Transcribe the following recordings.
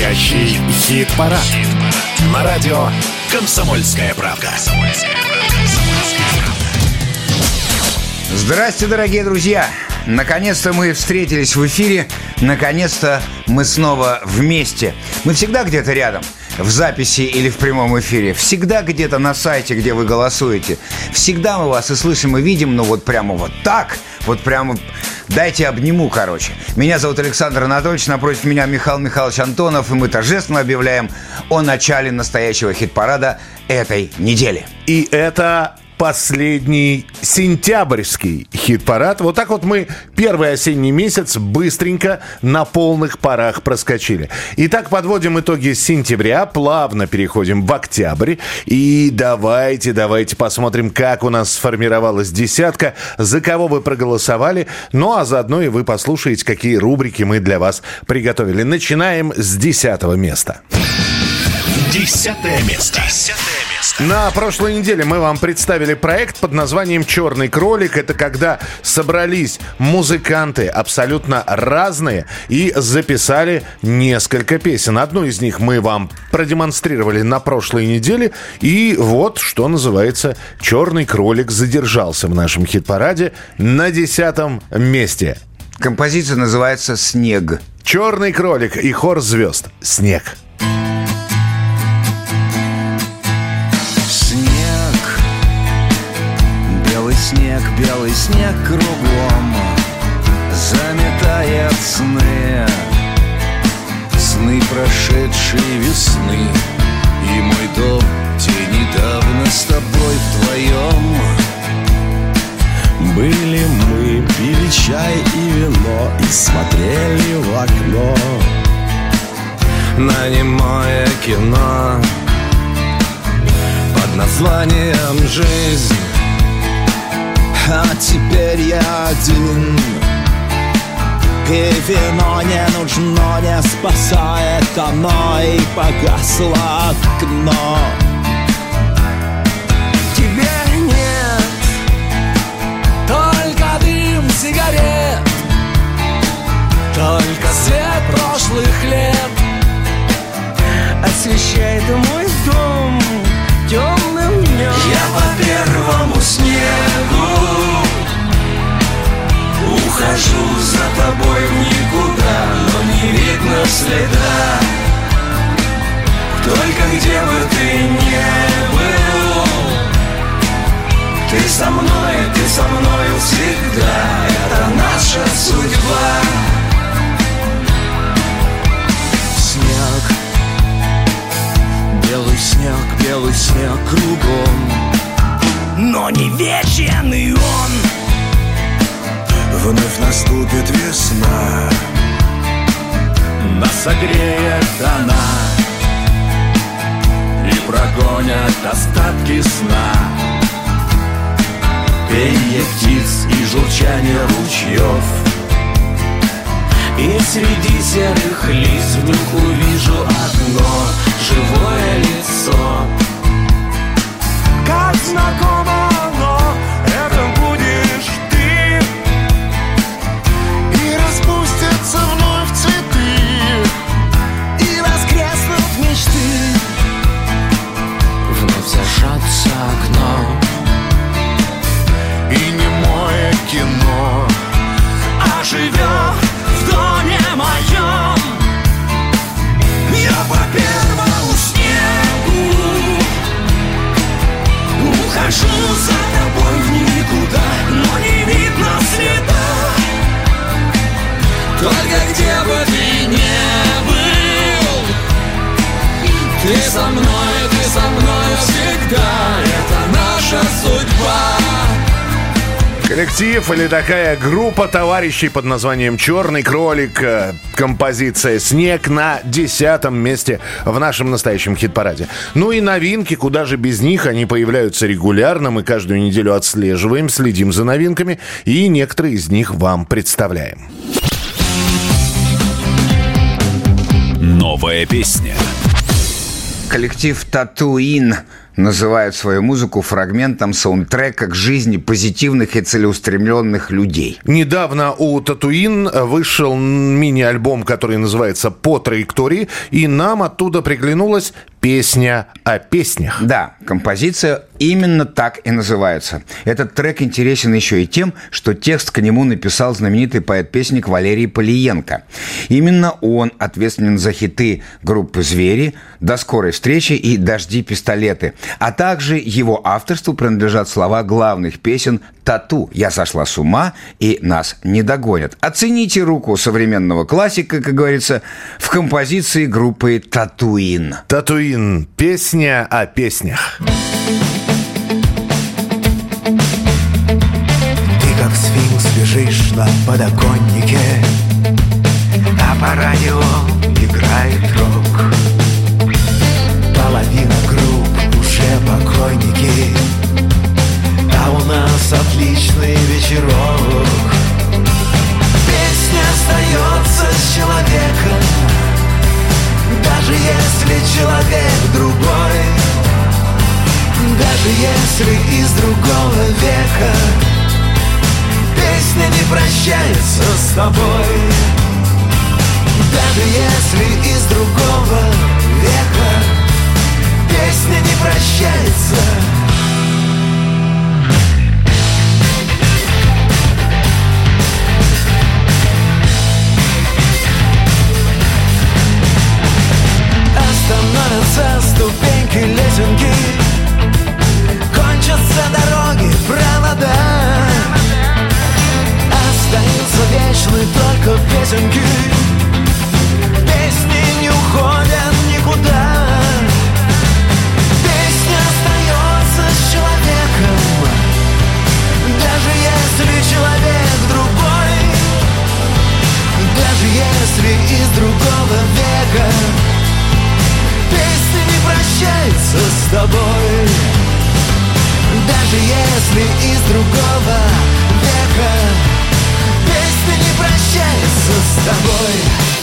Настоящий хит-парад. На радио «Комсомольская правда». Здрасте, дорогие друзья! Наконец-то мы встретились в эфире. Наконец-то мы снова вместе. Мы всегда где-то рядом. В записи или в прямом эфире. Всегда где-то на сайте, где вы голосуете. Всегда мы вас и слышим, и видим. Но вот прямо вот так. Вот прямо дайте обниму, короче. Меня зовут Александр Анатольевич. Напротив меня Михаил Михайлович Антонов. И мы торжественно объявляем о начале настоящего хит-парада этой недели. И это последний сентябрьский хит-парад. Вот так вот мы первый осенний месяц быстренько на полных парах проскочили. Итак, подводим итоги сентября, плавно переходим в октябрь. И давайте посмотрим, как у нас сформировалась десятка, за кого вы проголосовали. Ну, а заодно и вы послушаете, какие рубрики мы для вас приготовили. Начинаем с 10-го места. 10-е место. На прошлой неделе мы вам представили проект под названием «Черный кролик». Это когда собрались музыканты абсолютно разные и записали несколько песен. Одну из них мы вам продемонстрировали на прошлой неделе. И вот, что называется, «Черный кролик» задержался в нашем хит-параде на 10-м месте. Композиция называется «Снег». «Черный кролик» и хор звезд «Снег». Белый снег кругом заметает сны, сны прошедшей весны. И мой дом, где недавно с тобой вдвоем были мы, пили чай и вино и смотрели в окно на немое кино под названием «Жизнь». А теперь я один, и вино не нужно, не спасает оно, и погасло окно. Тебе нет, только дым сигарет, только свет прошлых лет освещает мой дом темным днем. Я по первому снегу ухожу за тобой в никуда, но не видно следа. Только где бы ты ни был, ты со мною всегда. Это наша судьба. Снег, белый снег кругом, но не вечен и он. Вновь наступит весна, нас согреет она и прогонят остатки сна. Пение птиц и журчание ручьев, и среди серых лист вдруг увижу одно живое лицо. Как знакомо оно, это будешь ты, и распустятся вновь цветы, и воскреснут мечты, вновь зажжется окно, и немое кино оживет в доме моем. Я по первому снегу ухожу за тобой в никуда, но не видно следа. Только где бы ты ни был, ты со мной всегда. Это наша судьба. Коллектив или такая группа товарищей под названием «Черный кролик». Композиция «Снег» на 10-м месте в нашем настоящем хит-параде. Ну и новинки, куда же без них. Они появляются регулярно. Мы каждую неделю отслеживаем, следим за новинками. И некоторые из них вам представляем. Новая песня. Коллектив «Татуин». называют свою музыку фрагментом саундтрека к жизни позитивных и целеустремленных людей. Недавно у Татуин вышел мини-альбом, который называется «По траектории», и нам оттуда приглянулась песня о песнях. Да, композиция именно так и называется. Этот трек интересен еще и тем, что текст к нему написал знаменитый поэт-песник Валерий Полиенко. Именно он ответственен за хиты группы «Звери», «До скорой встречи» и «Дожди-пистолеты». А также его авторству принадлежат слова главных песен «Тату», «Я сошла с ума» и «Нас не догонят». Оцените руку современного классика, как говорится, в композиции группы «Татуин». «Татуин» – песня о песнях. Ты как сфинкс лежишь на подоконнике, а по радио играет рок. Половина групп уже покойники, а у нас отличный вечерок. Песня остается с человеком, даже если человек другой, даже если из другого века. Песня не прощается с тобой, даже если из другого века. Песня не прощается. Остановятся ступеньки лесенки, кончатся дороги, провода. Остаются вечны только песенки, песни не уходят никуда. Песня остается с человеком, даже если человек другой, даже если из другого века. Песня не прощается с тобой, даже если из другого века. Песня не прощается с тобой.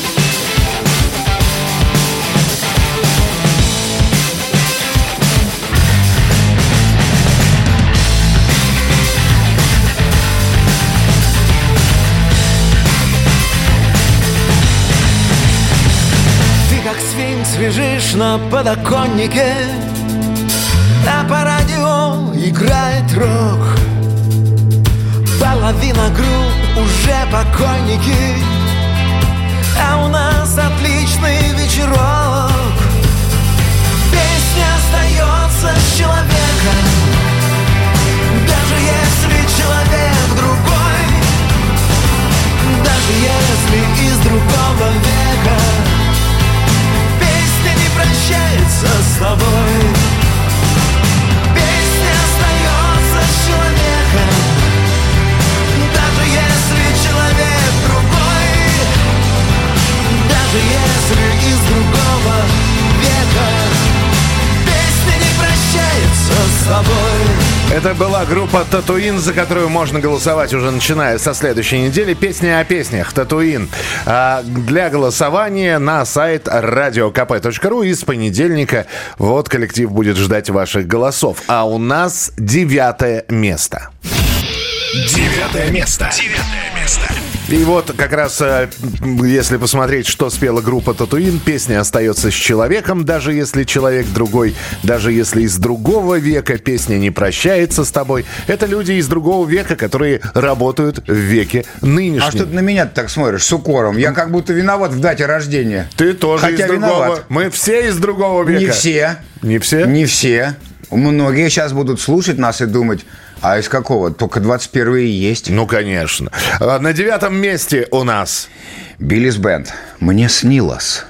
Как сфинкс лежишь на подоконнике, а по радио играет рок. Половина групп уже покойники, а у нас отличный вечерок. Песня остается с человеком, даже если человек другой, даже если из другого века. Прощается с тобой. Песня остается с человеком, даже если человек другой, даже если из другого века. Песня не прощается с тобой. Это была группа «Татуин», за которую можно голосовать уже начиная со следующей недели. Песня о песнях «Татуин». Для голосования на сайт radiokp.ru. И с понедельника вот коллектив будет ждать ваших голосов. А у нас 9 место. 9 место. 9 место. И вот как раз, если посмотреть, что спела группа «Татуин», песня остается с человеком, даже если человек другой, даже если из другого века. Песня не прощается с тобой. Это люди из другого века, которые работают в веке нынешнем. А что ты на меня так смотришь с укором? Я как будто виноват в дате рождения. Ты тоже хотя из другого. Виноват. Мы все из другого века. Не все. Не все? Не все. Многие сейчас будут слушать нас и думать: а из какого? Только 21-е есть. Ну, конечно. На 9 месте у нас Биллис Бенд. «Мне снилось».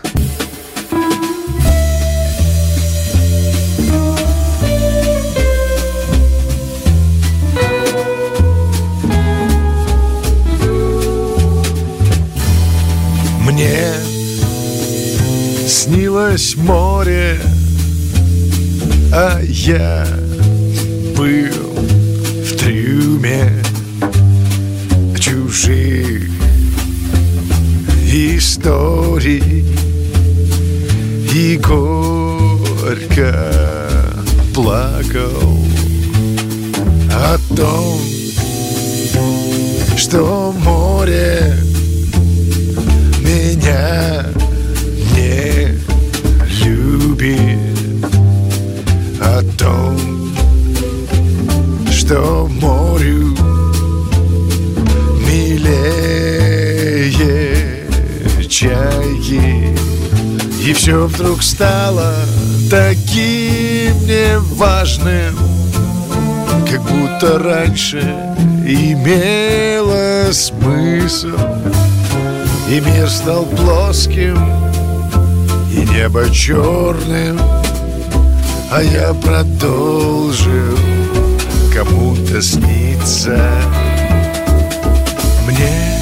Мне снилось море, а я был в трюме чужих историй, и горько плакал о том, что море меня не любит, о том, что морю милее чайки. И все вдруг стало таким неважным, как будто раньше имело смысл. И мир стал плоским, и небо черным, а я продолжил кому-то сниться. Мне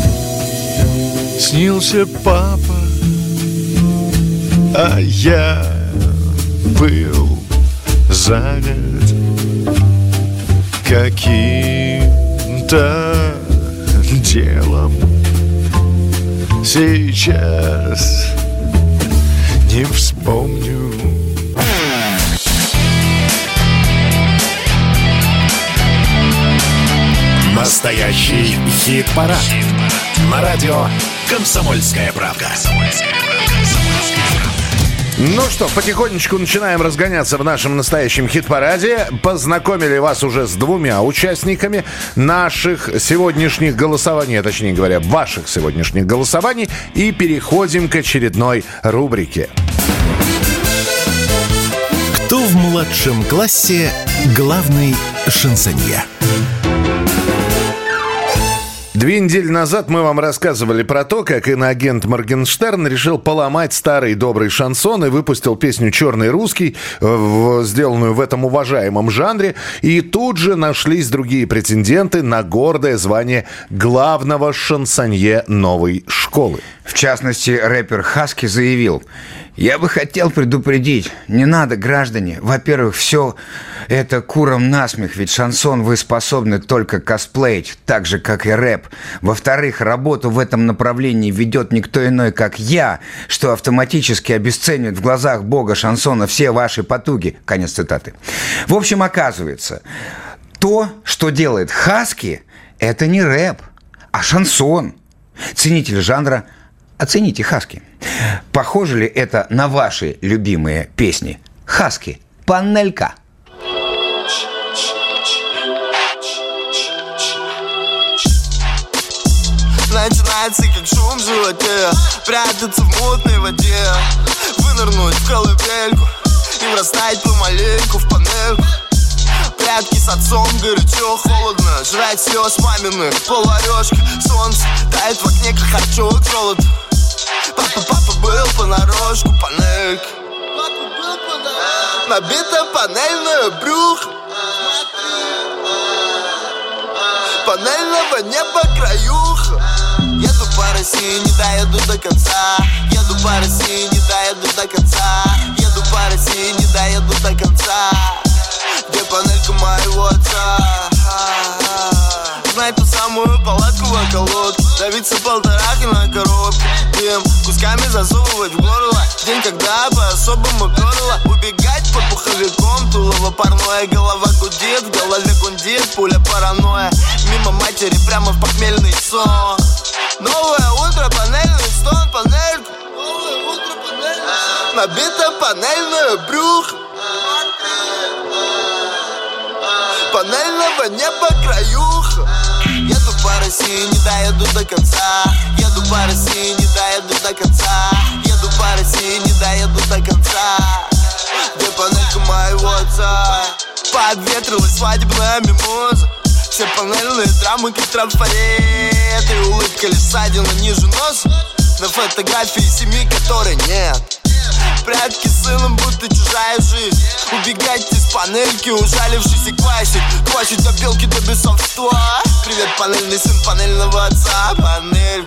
снился папа, а я был занят каким-то делом. Сейчас не вспомню. Настоящий хит-парад. На радио «Комсомольская правда». Ну что, потихонечку начинаем разгоняться в нашем настоящем хит-параде. Познакомили вас уже с двумя участниками наших сегодняшних голосований, точнее говоря, ваших сегодняшних голосований. И переходим к очередной рубрике. Кто в младшем классе главный шансонье? 2 недели назад мы вам рассказывали про то, как иноагент Моргенштерн решил поломать старый добрый шансон и выпустил песню «Черный русский», сделанную в этом уважаемом жанре. И тут же нашлись другие претенденты на гордое звание главного шансонье новой школы. В частности, рэпер Хаски заявил: «Я бы хотел предупредить, не надо, граждане. Во-первых, все это курам насмех, ведь шансон вы способны только косплеить, так же, как и рэп. Во-вторых, работу в этом направлении ведет никто иной, как я, что автоматически обесценивает в глазах бога шансона все ваши потуги». Конец цитаты. В общем, оказывается, то, что делает Хаски, это не рэп, а шансон. Ценители жанра, оцените Хаски. Похоже ли это на ваши любимые песни? Хаски, панелька. Начинается как шум в животе, прятаться в мутной воде, вынырнуть в колыбельку и врастать помаленьку в панельку. Прятки с отцом, горячо, холодно, жрать слез маминых, полуорешка. Солнце тает в окне, как харчок золото. Папа был понарошку, панелька. Набито панельное брюхо. Панельного неба краюха. Еду по России, не доеду до конца. Еду по России, не доеду до конца. Еду по России, не доеду до конца. Где панелька моего отца? Знай ту самую палатку в околотке, давиться полторахи на коробке, дым кусками засовывать в горло. День, когда по-особому горло. Убегать под пуховиком, тулово парное. Голова гудит, в голове гундит, пуля паранойя. Мимо матери прямо в похмельный сон. Новое утро, панельный стон, панелька. Новое утро, панельный стон. Набито панельное брюхо. Панельного неба краюха. Еду по России, не доеду до конца. Еду по России, не доеду до конца. Еду по России, не доеду до конца. Где панелька моего отца? Подветрилась свадебная мимоза. Все панельные драмы, как трафареты. Улыбка лишь ссадина ниже носа. На фотографии семьи, которой нет. Прятки с сыном, будто чужая жизнь. Убегать из панельки, ужалившийся классик. Плачет до белки, до бесовства. Привет, панельный сын панельного отца. Панелька.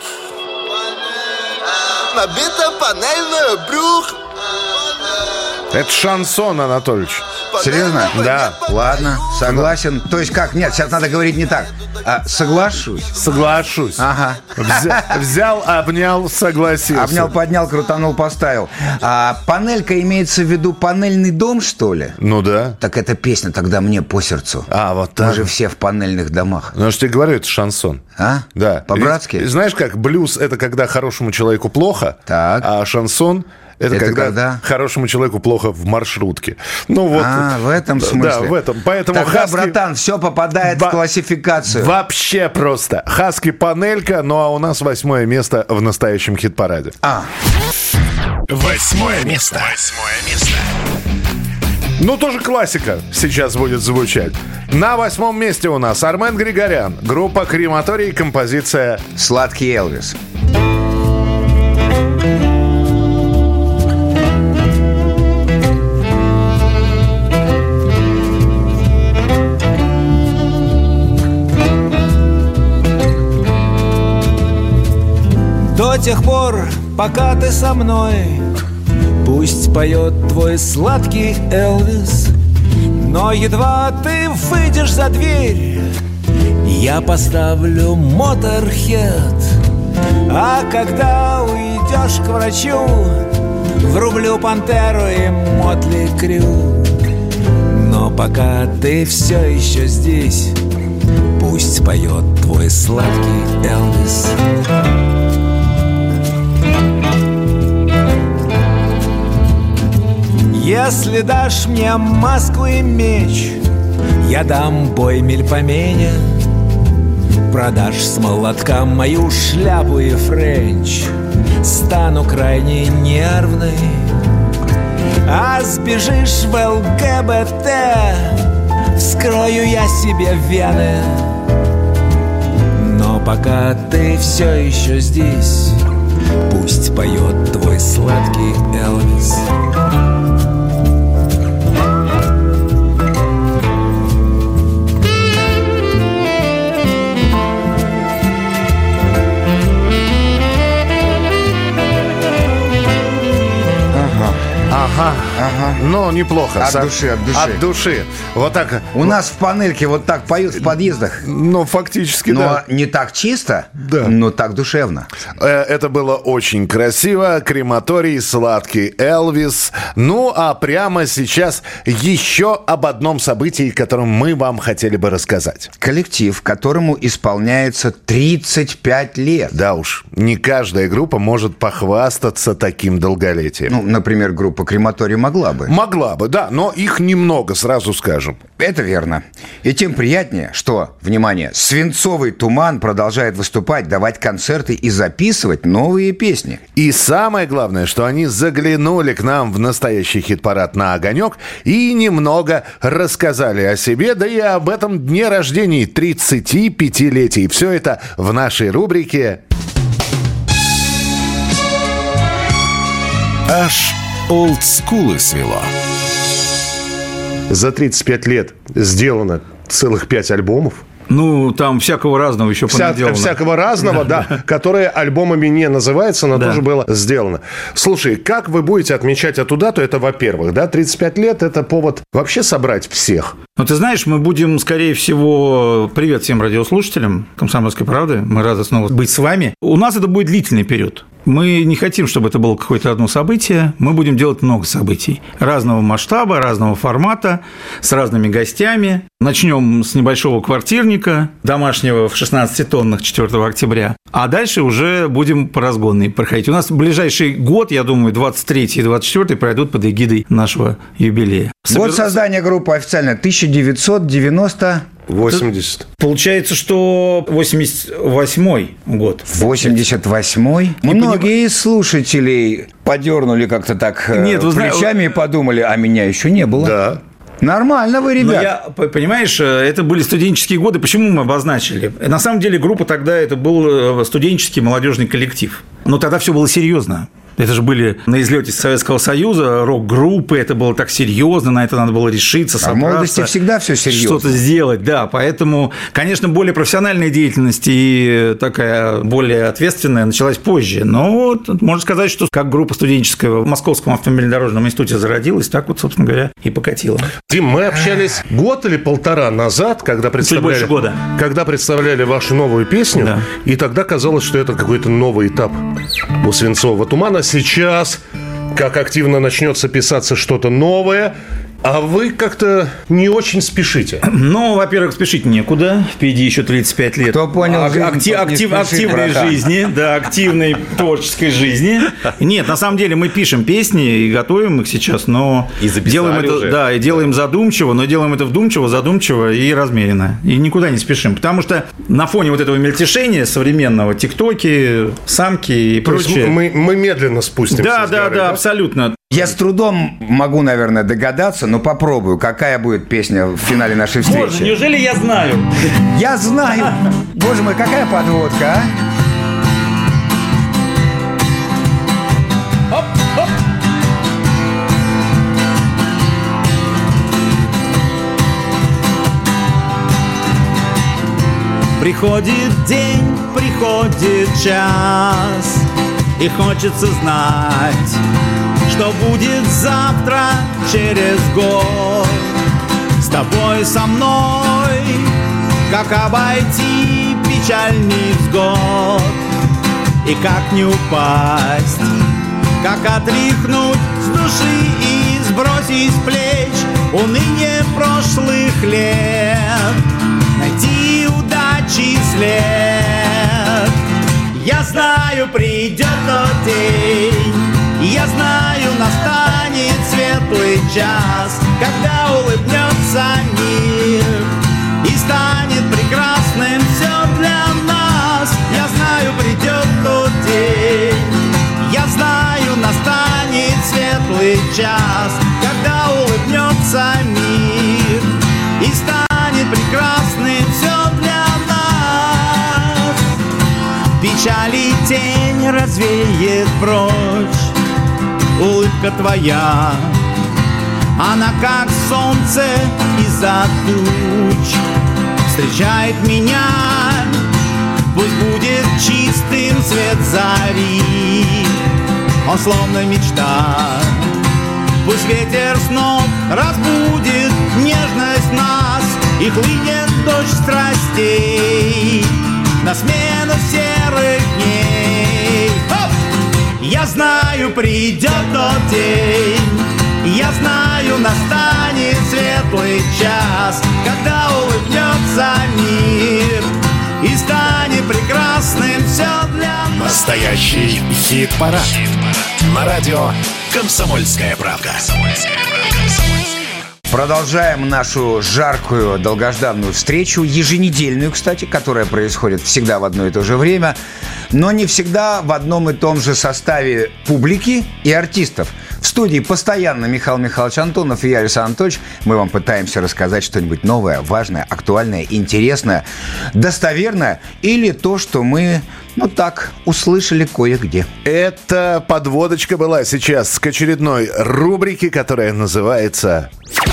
Набито панельное брюхо. Это шансон, Анатольевич. Серьезно? Да. Ладно, согласен. То есть как? Нет, сейчас надо говорить не так. Соглашусь. Соглашусь. Ага. Взял, обнял, согласился. Обнял, поднял, крутанул, поставил. Панелька имеется в виду панельный дом, что ли? Ну да. Так эта песня тогда мне по сердцу. Вот так. Мы же все в панельных домах. Ну, я же тебе говорю, это шансон. Да. По-братски? Знаешь как, блюз — это когда хорошему человеку плохо, Так. а шансон — это когда хорошему человеку плохо в маршрутке. Ну вот. В этом смысле. Да, в этом. Поэтому тогда, Хаски... братан, все попадает в классификацию. Вообще просто. Хаски панелька, ну а у нас 8 место в настоящем хит-параде. 8 место. Ну, тоже классика сейчас будет звучать. На 8 месте у нас Армен Григорян, группа «Крематорий», композиция «Сладкий Элвис». До тех пор, пока ты со мной, пусть поет твой сладкий Элвис. Но едва ты выйдешь за дверь, я поставлю Моторхед. А когда уйдешь к врачу, врублю Пантеру и Мотли Крю. Но пока ты все еще здесь, пусть поет твой сладкий Элвис. Если дашь мне маску и меч, я дам бой Мельпомене. Продашь с молотка мою шляпу и френч, стану крайне нервной. А сбежишь в ЛГБТ, вскрою я себе вены. Но пока ты все еще здесь, пусть поет твой сладкий Элвис. Ну, неплохо. От души, от души. От души. Вот так. У нас в панельке вот так поют в подъездах. Ну, фактически, но да. Не так чисто, да. Но так душевно. Это было очень красиво. «Крематорий», «Сладкий Элвис». Ну, а прямо сейчас еще об одном событии, которым мы вам хотели бы рассказать. Коллектив, которому исполняется 35 лет. Да уж, не каждая группа может похвастаться таким долголетием. Ну, например, группа «Крематорий» могла бы. Могла бы, да, но их немного, сразу скажем. Это верно. И тем приятнее, что, внимание, «Свинцовый туман» продолжает выступать, давать концерты и записывать новые песни. И самое главное, что они заглянули к нам в настоящий хит-парад на «Огонек» и немного рассказали о себе, да и об этом дне рождения 35-летий. Все это в нашей рубрике Аж олдскулы свело. За 35 лет сделано целых 5 альбомов. Ну, там всякого разного еще понаделано. Всякого разного, да, которые альбомами не называются, но тоже было сделано. Слушай, как вы будете отмечать эту дату? Это, во-первых, да, 35 лет – это повод вообще собрать всех. Ну, ты знаешь, мы будем, скорее всего, привет всем радиослушателям «Комсомольской правды». Мы рады снова быть с вами. У нас это будет длительный период. Мы не хотим, чтобы это было какое-то одно событие. Мы будем делать много событий. Разного масштаба, разного формата, с разными гостями. Начнем с небольшого квартирника, домашнего в 16 тоннах 4 октября. А дальше уже будем по разгонной проходить. У нас ближайший год, я думаю, 23 и 24 пройдут под эгидой нашего юбилея. Год создания группы официально 1990... 80. Получается, что 88-й год. 88-й? Многие из слушателей подернули как-то так плечами и подумали, а меня еще не было. Да. Нормально вы, ребят. Понимаешь, это были студенческие годы. Почему мы обозначили? На самом деле группа тогда это был студенческий молодежный коллектив. Но тогда все было серьезно. Это же были на излете Советского Союза рок-группы, это было так серьезно, на это надо было решиться, собраться. В молодости всегда все серьезно. Что-то сделать, да. Поэтому, конечно, более профессиональная деятельность и такая более ответственная началась позже. Но вот можно сказать, что как группа студенческая в Московском автомобильно-дорожном институте зародилась, так вот, собственно говоря, и покатила. Дим, мы общались год или полтора назад, когда представляли, больше года. Когда представляли вашу новую песню, Да. и тогда казалось, что это какой-то новый этап у «Свинцового тумана». Сейчас, как активно начнется писаться что-то новое, а вы как-то не очень спешите. Ну, во-первых, спешить некуда. Впереди еще 35 лет. Кто понял, активной жизни, да, активной творческой жизни. Нет, на самом деле мы пишем песни и готовим их сейчас, но И записали делаем это, уже. да, и делаем задумчиво, но делаем это вдумчиво, задумчиво и размеренно. И никуда не спешим. Потому что на фоне вот этого мельтешения современного, тиктоки, самки и То есть прочее. мы медленно спустимся Да, с горы, да, абсолютно. Я с трудом могу, наверное, догадаться, но попробую, какая будет песня в финале нашей встречи. Боже, неужели я знаю? Я знаю! Боже мой, какая подводка, а? Приходит день, приходит час, и хочется знать, что будет завтра, через год. С тобой, со мной, как обойти печальный взгод, и как не упасть, как отряхнуть с души и сбросить с плеч уныние прошлых лет, найти удачи след. Я знаю, придет тот день, я знаю, настанет светлый час, когда улыбнется мир и станет прекрасным все для нас. Я знаю, придет тот день, я знаю, настанет светлый час, когда улыбнется мир и станет прекрасным все для нас. Печали тень развеет прочь, улыбка твоя, она как солнце из-за туч встречает меня. Пусть будет чистым свет зари, он словно мечта. Пусть ветер снов разбудит нежность нас, и хлынет дождь страстей на смену серых дней. Хоп! Я знаю, придет тот день, я знаю, настанет светлый час, когда улыбнется мир и станет прекрасным все для нас. Настоящий хит-парад. На радио «Комсомольская правда». Продолжаем нашу жаркую, долгожданную встречу, еженедельную, кстати, которая происходит всегда в одно и то же время, но не всегда в одном и том же составе публики и артистов. В студии постоянно Михаил Михайлович Антонов и я, Александр Анатольевич. Мы вам пытаемся рассказать что-нибудь новое, важное, актуальное, интересное, достоверное или то, что мы, так, услышали кое-где. Эта подводочка была сейчас к очередной рубрике, которая называется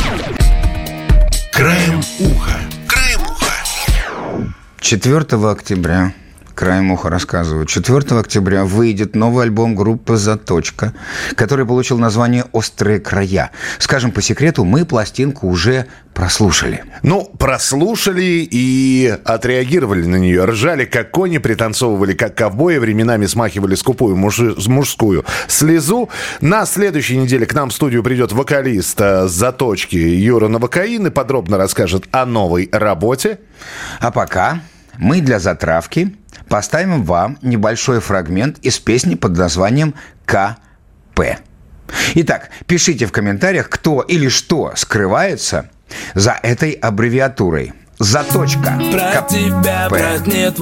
Краем уха. Краем уха. 4 октября, краем уха рассказываю, 4 октября выйдет новый альбом группы «Заточка», который получил название «Острые края». Скажем по секрету, мы пластинку уже прослушали. Прослушали и отреагировали на нее. Ржали, как кони, пританцовывали, как ковбои, временами смахивали скупую мужскую слезу. На следующей неделе к нам в студию придет вокалист «Заточки» Юра Новокаин и подробно расскажет о новой работе. А пока мы для затравки поставим вам небольшой фрагмент из песни под названием «КП». Итак, пишите в комментариях, кто или что скрывается за этой аббревиатурой. Заточка. Про тебя, брат, нет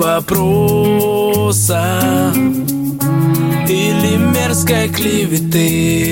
вопроса или мерзкой клеветы.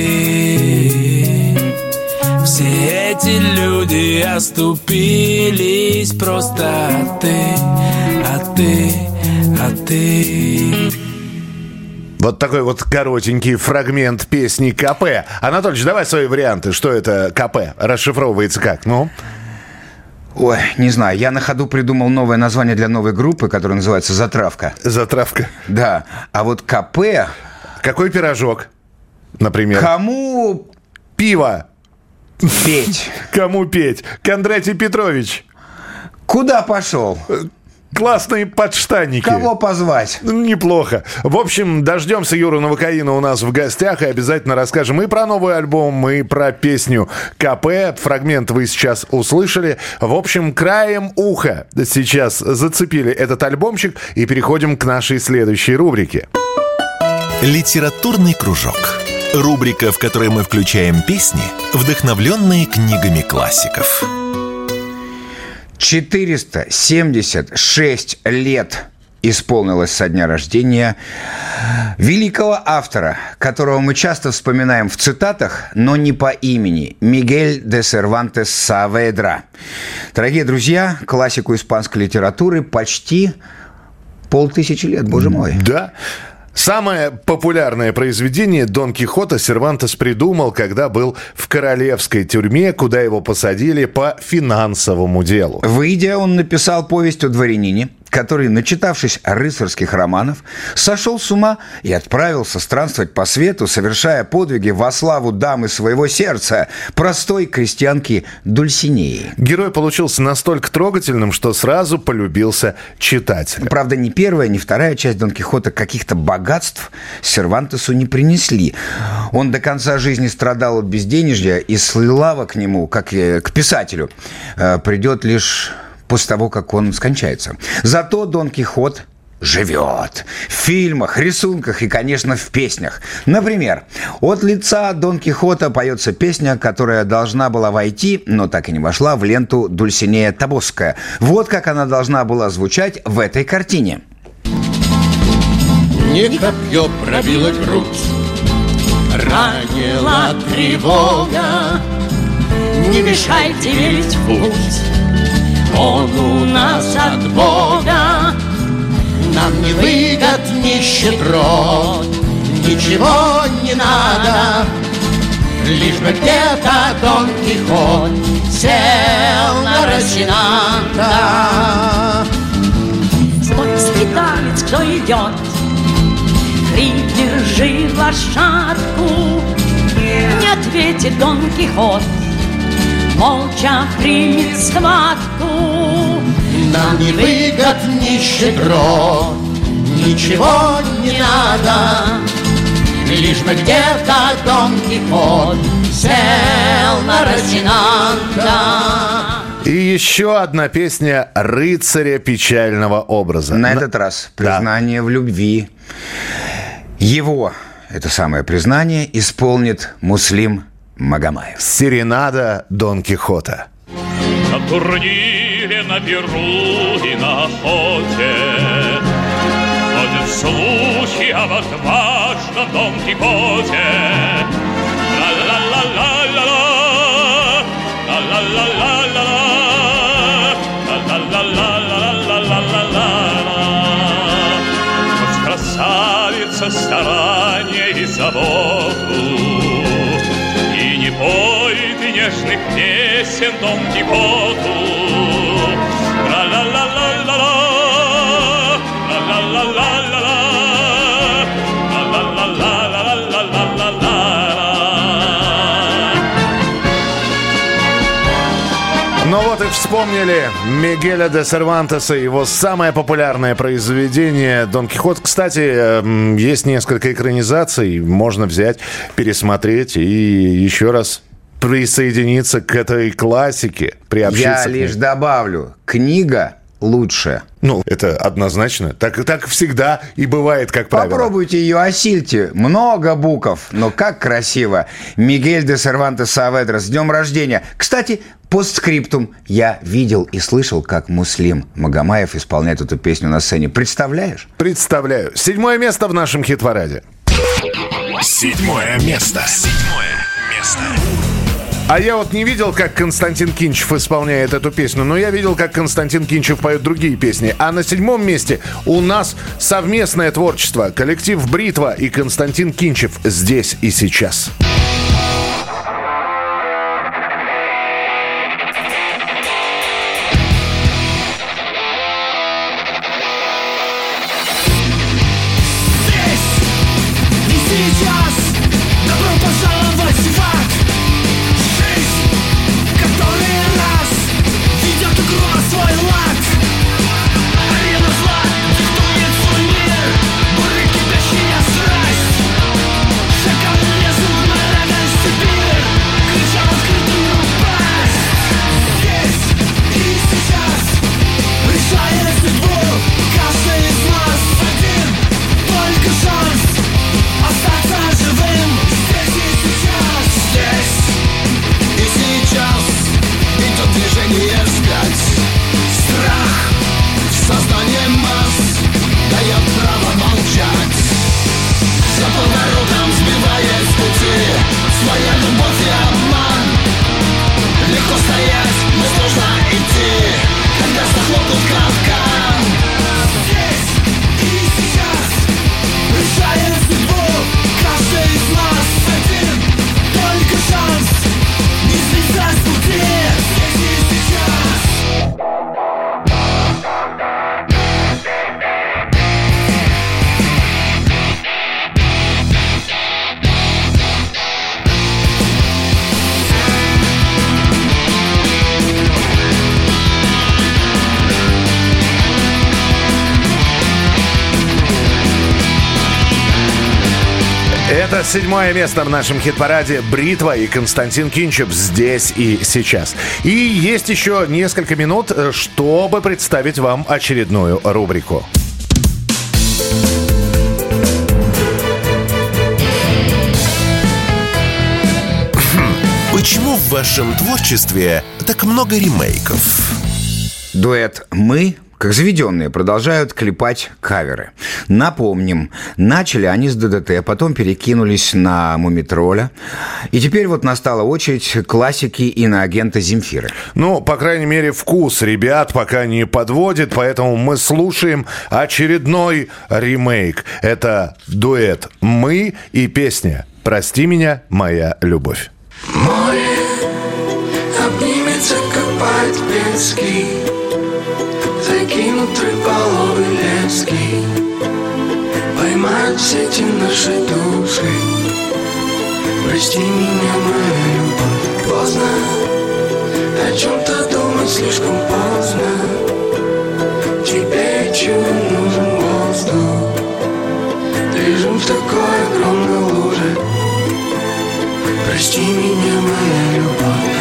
Все эти люди оступились просто, а ты Вот такой вот коротенький фрагмент песни КП. Анатольевич, давай свои варианты. Что это КП? Расшифровывается как? Ну? Ой, не знаю. Я на ходу придумал новое название для новой группы, которая называется «Затравка». Затравка. Да. А вот КП... Какой пирожок, например? Кому... Пиво. Петь. Кому петь? Кондратий Петрович. Куда пошел? Классные подштанники. Кого позвать? Неплохо. В общем, дождемся Юры Новокаина у нас в гостях и обязательно расскажем и про новый альбом, и про песню КП. Фрагмент вы сейчас услышали. В общем, краем уха сейчас зацепили этот альбомчик и переходим к нашей следующей рубрике. Литературный кружок. Рубрика, в которой мы включаем песни, вдохновленные книгами классиков. 476 лет исполнилось со дня рождения великого автора, которого мы часто вспоминаем в цитатах, но не по имени, Мигель де Сервантес Сааведра. Дорогие друзья, классику испанской литературы почти 500 лет, боже мой. Да. Самое популярное произведение Дон Кихота Сервантес придумал, когда был в королевской тюрьме, куда его посадили по финансовому делу. Выйдя, он написал повесть о дворянине, который, начитавшись рыцарских романов, сошел с ума и отправился странствовать по свету, совершая подвиги во славу дамы своего сердца, простой крестьянки Дульсинеи. Герой получился настолько трогательным, что сразу полюбился читателю. Правда, ни первая, ни вторая часть Дон Кихота каких-то богатств Сервантесу не принесли. Он до конца жизни страдал от безденежья, и слава к нему, как и к писателю, придет лишь после того, как он скончается. Зато Дон Кихот живет в фильмах, рисунках и, конечно, в песнях. Например, от лица Дон Кихота поется песня, которая должна была войти, но так и не вошла, в ленту Дульсинея Тобосская. Вот как она должна была звучать в этой картине. Не копье пробило грудь, ранила тревога. Не мешайте верить в путь, он у нас от Бога. Нам не выгод, ни щедрот, ничего не надо, лишь бы где-то Дон Кихот сел на Росинанта. Стой, скиталец, кто идет, придержи лошадку. Не ответит Дон Кихот, молча примет схватку. Нам не выгод, ни щедрот, ничего не надо, лишь бы где-то Дон Кихот сел на Росинанта. И еще одна песня рыцаря печального образа. На этот раз признание в любви. Его, это самое признание, исполнит Муслим Магомаев. Серенада Дон Кихота. На турнире, на Перу и на охоте ходят слухи об отважном Дон Кихоте. Ла-ла-ла-ла-ла-ла, ла-ла-ла-ла-ла, ла-ла-ла-ла-ла-ла-ла-ла. Хоть красавица старания и заботу, и не поет нежных песен Дон Кихоту. Ла-ла-ла-ла-ла-ла, ла-ла-ла-ла-ла-ла, ла-ла-ла-ла-ла-ла-ла-ла. Ну вот и вспомнили Мигеля де Сервантеса, его самое популярное произведение «Дон Кихот». Кстати, есть несколько экранизаций, можно взять, пересмотреть и еще раз присоединиться к этой классике, приобщиться. Я лишь добавлю, книга лучше. Ну, это однозначно. Так всегда и бывает, как правило. Попробуйте ее, осильте. Много букв, но как красиво. Мигель де Сервантес Сааведра, с днем рождения. Кстати, постскриптум. Я видел и слышал, как Муслим Магомаев исполняет эту песню на сцене. Представляешь? Представляю. 7-е место в нашем хит-параде. 7-е место. 7-е место. А я вот не видел, как Константин Кинчев исполняет эту песню, но я видел, как Константин Кинчев поет другие песни. А на 7-м месте у нас совместное творчество. Коллектив «Бритва» и Константин Кинчев «Здесь и сейчас». Это 7-е место в нашем хит-параде. «Бритва» и Константин Кинчев «Здесь и сейчас». И есть еще несколько минут, чтобы представить вам очередную рубрику. Почему в вашем творчестве так много ремейков? Дуэт «Мы», как заведенные, продолжают клепать каверы. Напомним, начали они с ДДТ, потом перекинулись на Мумитроля. И теперь вот настала очередь классики иноагента Земфиры. Ну, по крайней мере, вкус ребят пока не подводит, поэтому мы слушаем очередной ремейк. Это дуэт «Мы» и песня «Прости меня, моя любовь». Море обнимется, копает пески, закинут рыболовы лески, поймают сети наши души. Прости меня, моя любовь. Поздно о чем-то думать, слишком поздно. Тебе чего нужен воздух? Лежим в такой огромной луже. Прости меня, моя любовь.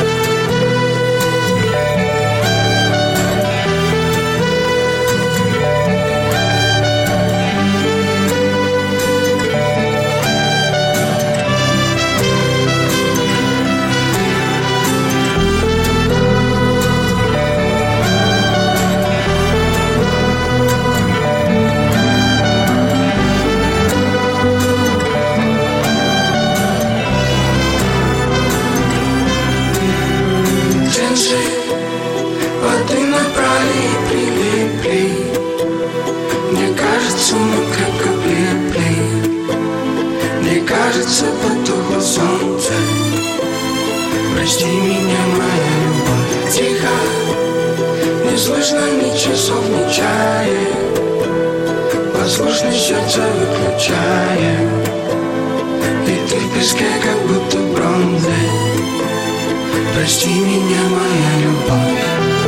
Воды набрали и прилипли. Мне кажется, мы крепко влипли. Мне кажется, потухло солнце. Прости меня, моя любовь. Тихо, не слышно ни часов, ни чая. Послушно сердце выключая. И ты в песке, как будто бронзы. Прости меня, моя любовь.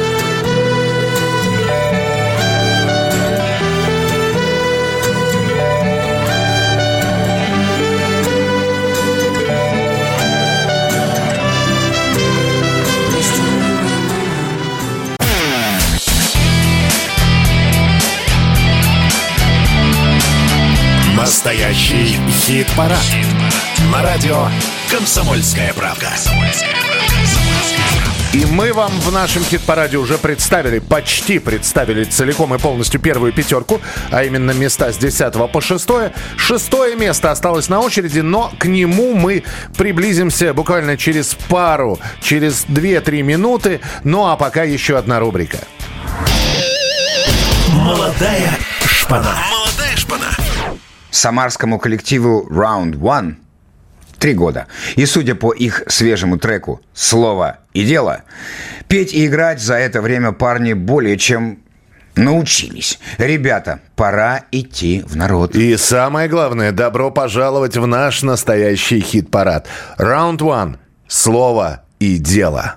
Настоящий хит-парад. На радио «Комсомольская правда». И мы вам в нашем хит-параде уже почти представили целиком и полностью первую пятерку, а именно места с 10 по 6. 6 место осталось на очереди, но к нему мы приблизимся буквально через 2-3 минуты. Ну а пока еще одна рубрика. Молодая шпана. Самарскому коллективу Round One 3 года. И судя по их свежему треку «Слово и дело», петь и играть за это время парни более чем научились. Ребята, пора идти в народ. И самое главное, добро пожаловать в наш настоящий хит-парад. Round One. Слово и дело.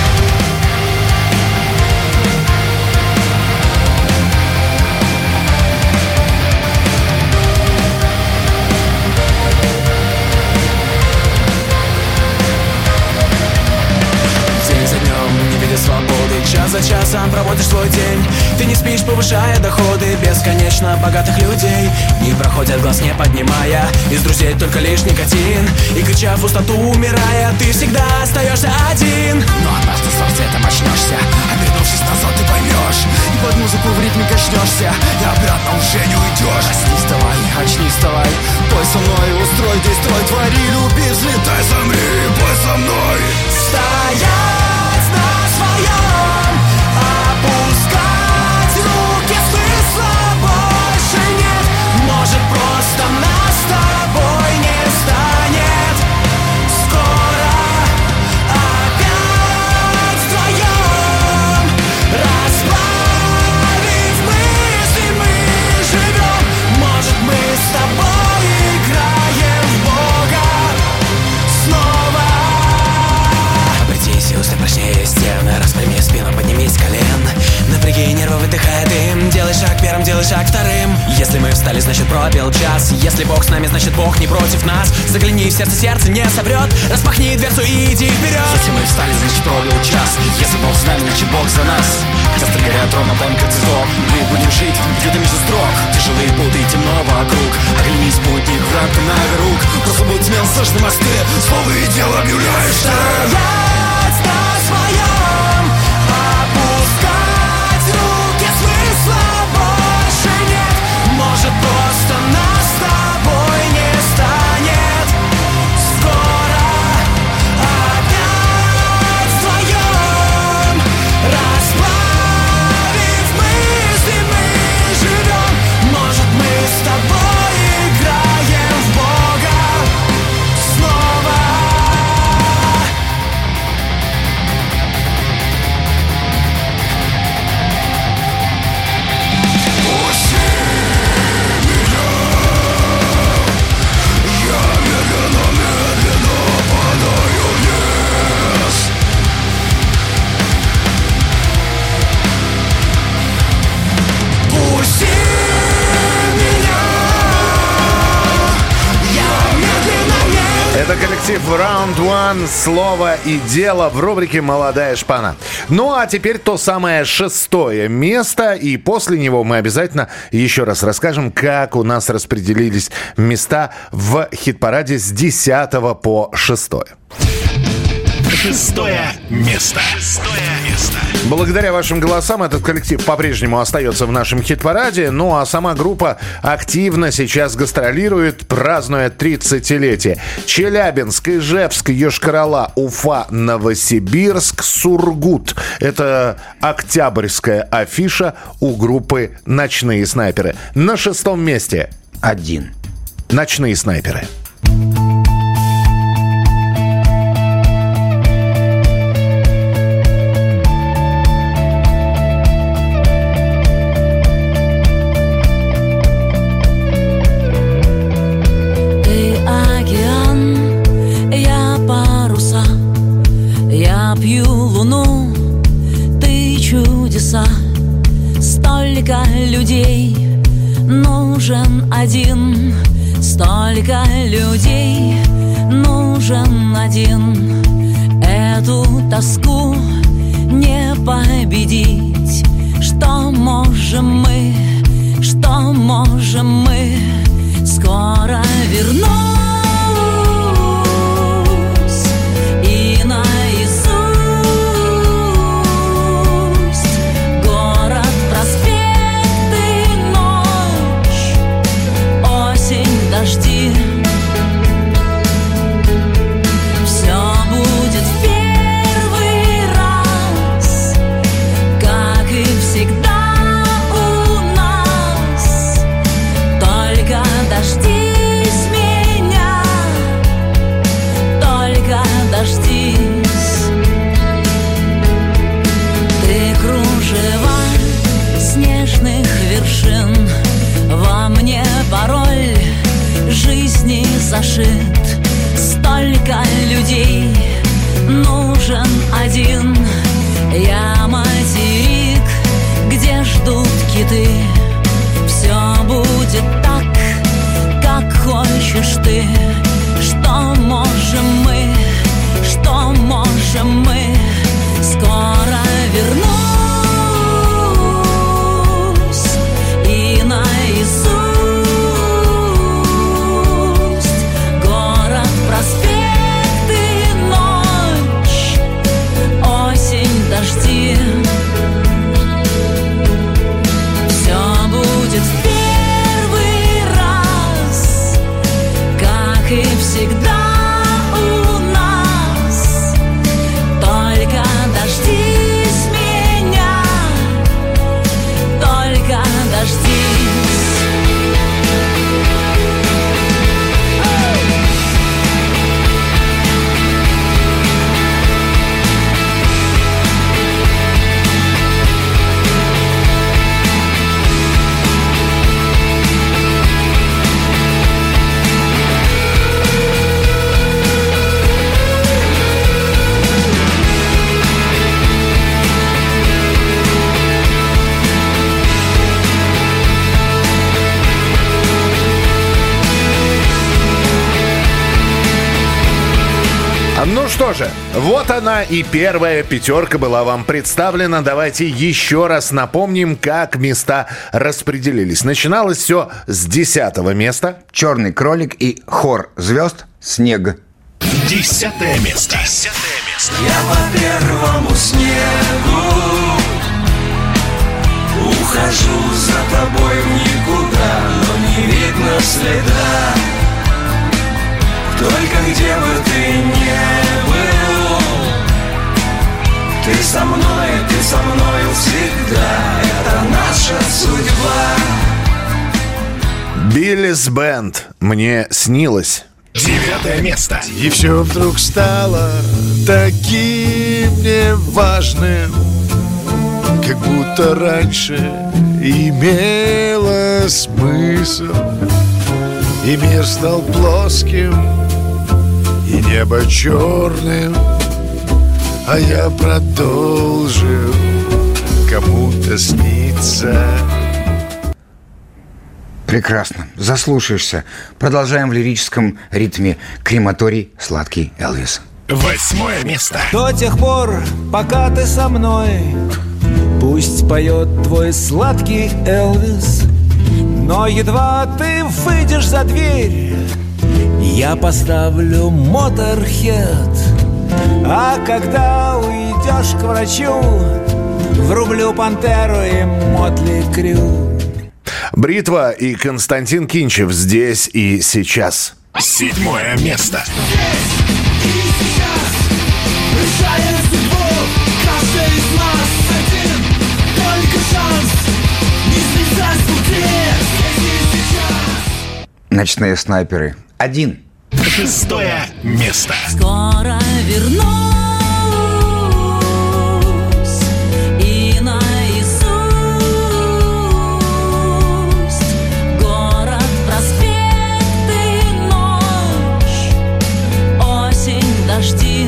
Час за часом проводишь свой день. Ты не спишь, повышая доходы бесконечно богатых людей. Не проходят глаз, не поднимая из друзей только лишь никотин. И крича в пустоту, умирая, ты всегда остаешься один. Но однажды с рассветом очнешься, обернувшись назад, ты поймешь. И под музыку в ритме качнешься, и обратно уже не уйдешь. Очнись, вставай, пой со мной, устрой здесь строй, твори, люби, взлетай, замри, пой со мной. Стоять на своем, опускать руки, смысла больше нет. Может, просто нас с тобой не станет. Скоро опять вдвоем, расплавив мысли, мы живем. Может, мы с тобой играем в Бога снова. Обрети силу, стань прочнее стены, распрями спину, поднимись с колен. Напряги нервы, выдыхая дым. Делай шаг первым, делай шаг вторым. Если мы встали, значит пробил час. Если Бог с нами, значит Бог не против нас. Загляни в сердце, сердце не соврет. Распахни дверцу и иди вперед. Если мы встали, значит пробил час. Если Бог с нами, значит Бог за нас. Костры горят ровно, пламя как цветок. Мы будем жить где-то между строк. Тяжелые путы и темно вокруг. Оглянись, спутник, враг много рук. Просто будь смел, слышь на мосты. Слово и дело объявляешь ты. Стоять на своем, опускать руки, смысла больше нет. Может, просто нас с тобой не станет. Скоро опять вдвоем, расплавив мысли, мы живем. Может, мы с тобой играем в Бога снова. Это коллектив Round One, слово и дело в рубрике «Молодая шпана». Ну а теперь то самое 6 место, и после него мы обязательно еще раз расскажем, как у нас распределились места в хит-параде с 10 по 6. 6 место. Благодаря вашим голосам этот коллектив по-прежнему остается в нашем хит-параде. Ну а сама группа активно сейчас гастролирует, празднуя 30-летие. Челябинск, Ижевск, Йошкар-Ола, Уфа, Новосибирск, Сургут. Это октябрьская афиша у группы «Ночные снайперы». На 6 месте 1. «Ночные снайперы». Пью луну, ты чудеса. Столько людей, нужен один. Столько людей, нужен один. Эту тоску не победить. Что можем мы, что можем мы? Скоро вернусь и наизусть что же, вот она и первая пятерка была вам представлена. Давайте еще раз напомним, как места распределились. Начиналось все с 10-го места. «Черный кролик» и хор звезд «Снег». 10-е место. Я по первому снегу ухожу за тобой в никуда, но не видно следа. Только где бы ты ни был, ты со мною всегда. Это наша судьба. Биллис Бенд. Мне снилось. 9-е место. И все вдруг стало таким неважным, как будто раньше имело смысл. И мир стал плоским, и небо черным, а я продолжил кому-то сниться. Прекрасно. Заслушаешься. Продолжаем в лирическом ритме. Крематорий «Сладкий Элвис». 8-е место. До тех пор, пока ты со мной, пусть поет твой сладкий Элвис. Но едва ты выйдешь за дверь, я поставлю Моторхед. А когда уйдешь к врачу, врублю Пантеру и Мотли Крю. Бритва и Константин Кинчев «Здесь и сейчас». 7-е место. «Ночные снайперы». 1. 6-е место. Скоро вернусь и наизусть город, проспекты, ночь, осень, дожди.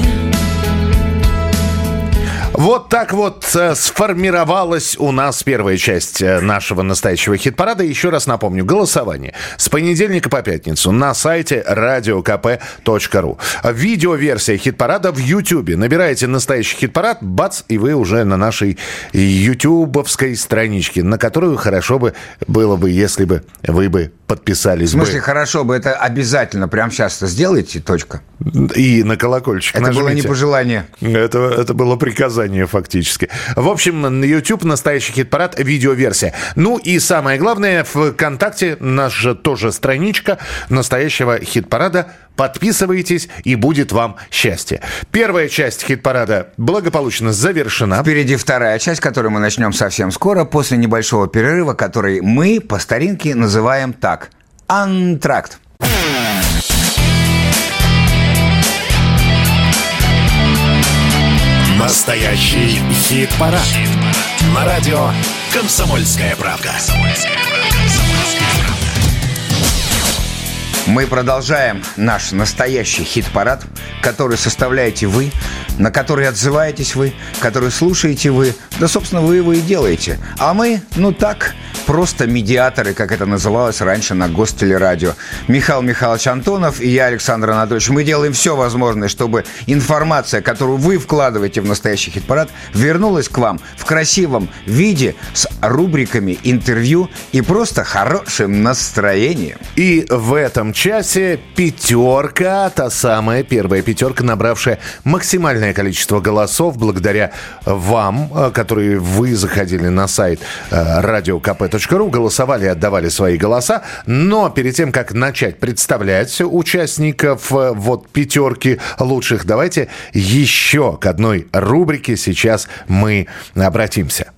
Вот так вот сформировалась у нас первая часть нашего настоящего хит-парада. Еще раз напомню, голосование с понедельника по пятницу на сайте radiokp.ru. Видеоверсия хит-парада в Ютьюбе. Набираете «Настоящий хит-парад», бац, и вы уже на нашей ютубовской страничке, на которую хорошо бы было бы, если бы вы бы подписались. В смысле, бы. хорошо бы, это обязательно прямо сейчас сделайте, точка. И на колокольчик это нажмите. было не пожелание. Это было приказание фактически. В общем, на YouTube «Настоящий хит-парад», видеоверсия. Ну и самое главное, в ВКонтакте наша тоже страничка настоящего хит-парада. Подписывайтесь, и будет вам счастье. Первая часть хит-парада благополучно завершена. Впереди вторая часть, которую мы начнем совсем скоро, после небольшого перерыва, который мы по старинке называем так. Антракт. Настоящий хит-парад. На радио «Комсомольская правда». Мы продолжаем наш настоящий хит-парад, который составляете вы, на который отзываетесь вы, который слушаете вы, да, собственно, вы его и делаете. А мы, так, просто медиаторы, как это называлось раньше на Гостелерадио. Михаил Михайлович Антонов и я, Александр Анатольевич. Мы делаем все возможное, чтобы информация, которую вы вкладываете в настоящий хит-парад, вернулась к вам в красивом виде с рубриками интервью и просто хорошим настроением. И в этом часе пятерка, та самая первая пятерка, набравшая максимальное количество голосов благодаря вам, которые вы заходили на сайт radiokp.ru, голосовали и отдавали свои голоса. Но перед тем, как начать представлять участников пятерки лучших, давайте еще к одной рубрике сейчас мы обратимся.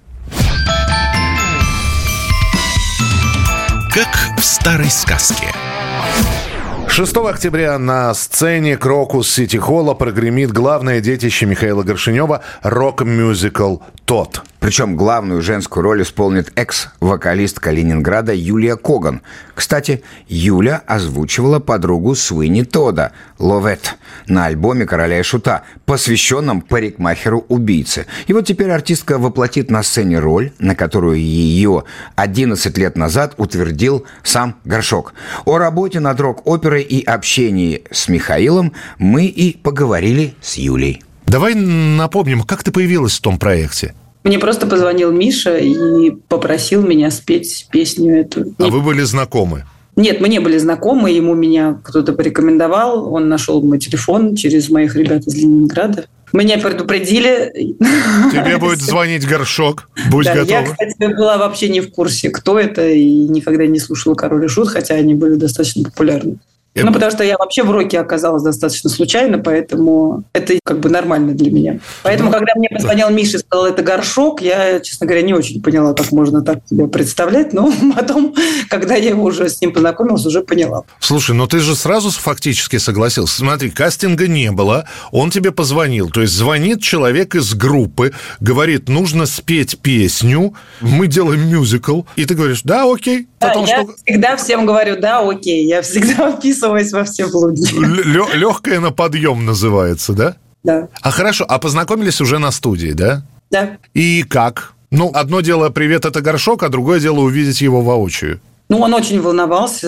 Как в старой сказке. 6 октября на сцене Крокус Сити Холла прогремит главное детище Михаила Горшенева — рок-мюзикл «Тот». Причем главную женскую роль исполнит экс-вокалистка Ленинграда Юлия Коган. Кстати, Юля озвучивала подругу Суини Тодда, Ловет, на альбоме «Короля и Шута», посвященном парикмахеру-убийце. И вот теперь артистка воплотит на сцене роль, на которую ее 11 лет назад утвердил сам Горшок. О работе над рок-оперой и общении с Михаилом мы и поговорили с Юлей. Давай напомним, как ты появилась в том проекте? Мне просто позвонил Миша и попросил меня спеть песню эту. А вы были знакомы? Нет, мы не были знакомы, ему меня кто-то порекомендовал, он нашел мой телефон через моих ребят из Ленинграда. Меня предупредили. Тебе будет звонить Горшок, будь готова. Я, кстати, была вообще не в курсе, кто это, и никогда не слушала «Король и Шут», хотя они были достаточно популярны. Ну, потому что я вообще в роке оказалась достаточно случайно, поэтому это как бы нормально для меня. Поэтому, когда мне позвонил Миша и сказал, это Горшок, я, честно говоря, не очень поняла, как можно так себя представлять. Но потом, когда я уже с ним познакомилась, уже поняла. Слушай, ну ты же сразу фактически согласился. Смотри, кастинга не было, он тебе позвонил. То есть звонит человек из группы, говорит, нужно спеть песню, мы делаем мюзикл. И ты говоришь, да, окей. Потом, я всегда всем говорю, да, окей. Я всегда вписываюсь во все блуди. Легкое на подъем называется, да? Да. А хорошо, а познакомились уже на студии, да? Да. И как? Ну, одно дело «Привет, это Горшок», а другое дело увидеть его воочию. Ну, он очень волновался.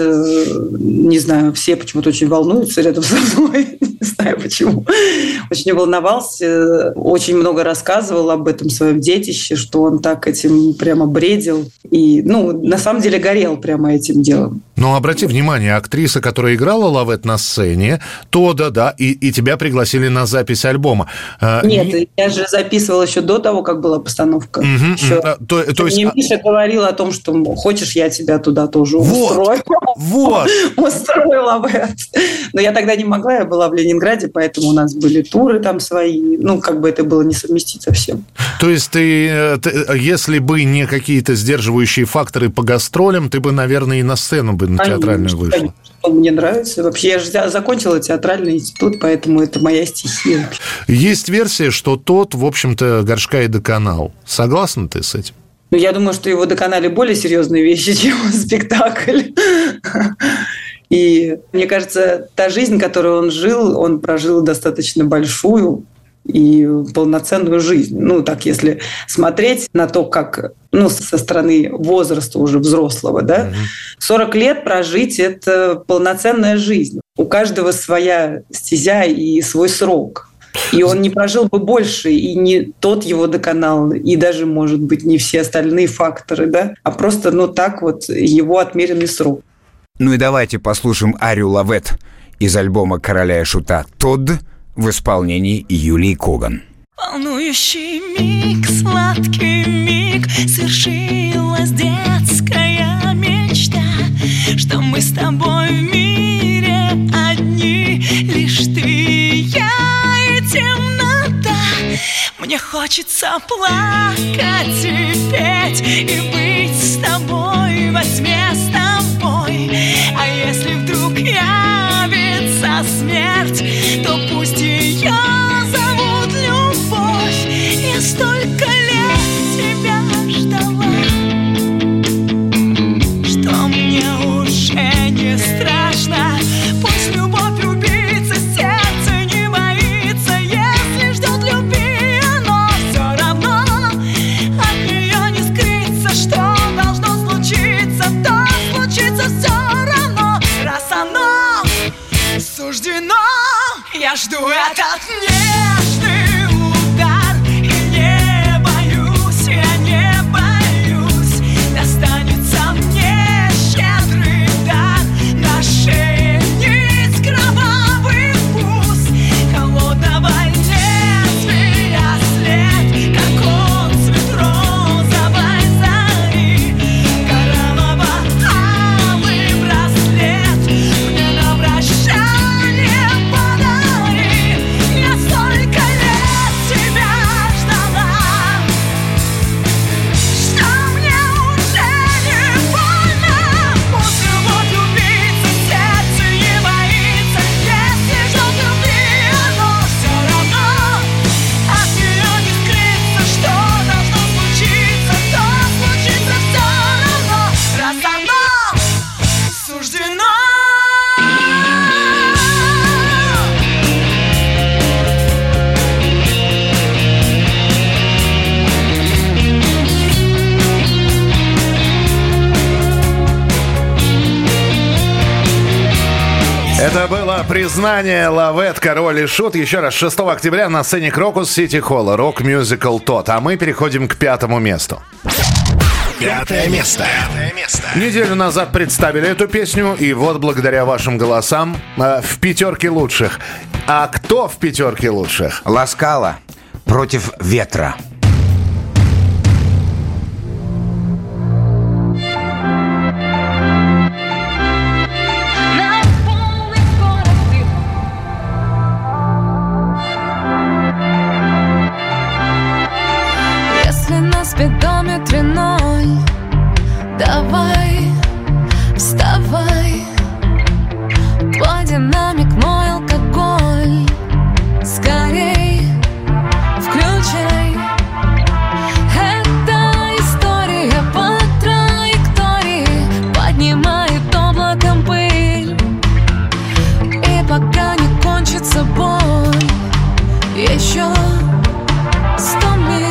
Не знаю, все почему-то очень волнуются рядом со мной. Не знаю почему. Очень волновался. Очень много рассказывал об этом своем детище, что он так этим прямо бредил. И, на самом деле горел прямо этим делом. Но обрати внимание, актриса, которая играла Ловет на сцене, Тодда, да, и тебя пригласили на запись альбома. Нет, я же записывала еще до того, как была постановка. То есть... Мне Миша говорил о том, что хочешь, я тебя туда тоже устрою. Вот. Устрою Ловет. Но я тогда не могла, я была в Ленинграде, поэтому у нас были туры там свои. Это было не совместить совсем. То есть ты, если бы не какие-то сдерживающие факторы по гастролям, ты бы, наверное, и на сцену бы на театральную вышла. Мне нравится. Вообще, я же закончила театральный институт, поэтому это моя стихия. Есть версия, что тот, в общем-то, Горшка и доконал. Согласна ты с этим? Я думаю, что его доконали более серьезные вещи, чем спектакль. И мне кажется, та жизнь, которую он жил, он прожил достаточно большую и полноценную жизнь. Так, если смотреть на то, как, со стороны возраста уже взрослого, да, 40 лет прожить – это полноценная жизнь. У каждого своя стезя и свой срок. И он не прожил бы больше, и не тот его доконал, и даже, может быть, не все остальные факторы, да, а просто, так вот, его отмеренный срок. Ну и давайте послушаем арию Ловет из альбома «Короля и Шута» «Тодд» в исполнении Юлии Коган. Волнующий миг, сладкий миг, свершилась детская мечта, что мы с тобой в мире одни, лишь ты и я и темнота. Мне хочется плакать и петь, и быть с тобой во тьме с тобой. А если вдруг явится смерть, то пусть ее зовут любовь. Я столько лет тебя ждала, что мне уже не страшно. Пусть любовь убийца, сердце не боится. Если ждет любви, оно все равно от нее не скрыться. Что должно случиться, то случится все равно. Раз оно суждено, я жду этот нежный удар. И не боюсь, я не боюсь, достанется мне щедрый дар. На шее нить, кровавый вкус холодного лезвия след, как отцвет розовой зари. Кораллово-алый браслет мне на прощание подари. Я столько суждено. Это было признание Лавет, Король и Шут. Еще раз, 6 октября на сцене Крокус Сити Холла. Рок-мюзикл «Тот». А мы переходим к 5-му месту. 5 место. Неделю назад представили эту песню, и вот благодаря вашим голосам в 5 лучших. А кто в 5 лучших? Ла Скала «Против ветра». Спидометре 0. Давай, вставай. Твой динамик, мой алкоголь. Скорей включай. Это история по траектории. Поднимает облаком пыль. И пока не кончится боль, еще 100 миль.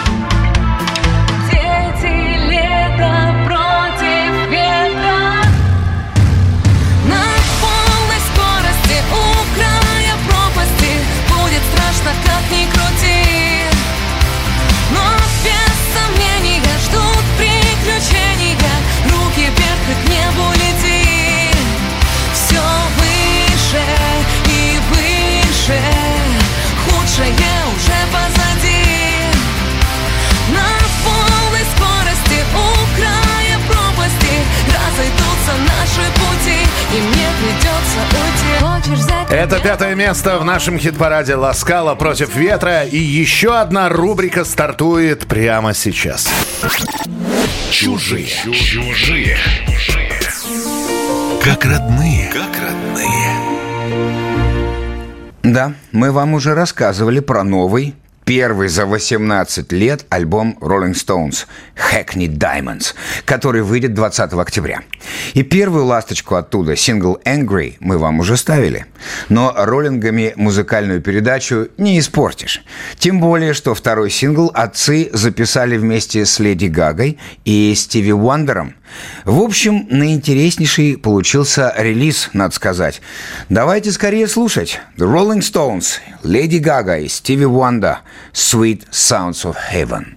Как ни крути, но без сомнения ждут приключения. Руки вверх и к небу лети. Все выше и выше. Худшее уже позади. На полной скорости у края пропасти разойдутся наши пути, и мне придется уйти. Хочешь взять? Это 5 место в нашем хит-параде «Ла Скала против ветра». И еще одна рубрика стартует прямо сейчас. Чужие. Как родные. Да, мы вам уже рассказывали про новый, первый за 18 лет альбом Rolling Stones «Hackney Diamonds», который выйдет 20 октября. И первую ласточку оттуда, сингл «Angry», мы вам уже ставили. Но роллингами музыкальную передачу не испортишь. Тем более, что второй сингл отцы записали вместе с Леди Гагой и Стиви Уандером. В общем, наинтереснейший получился релиз, надо сказать. Давайте скорее слушать. The Rolling Stones, Леди Гага и Стиви Уандер, Sweet Sounds of Heaven.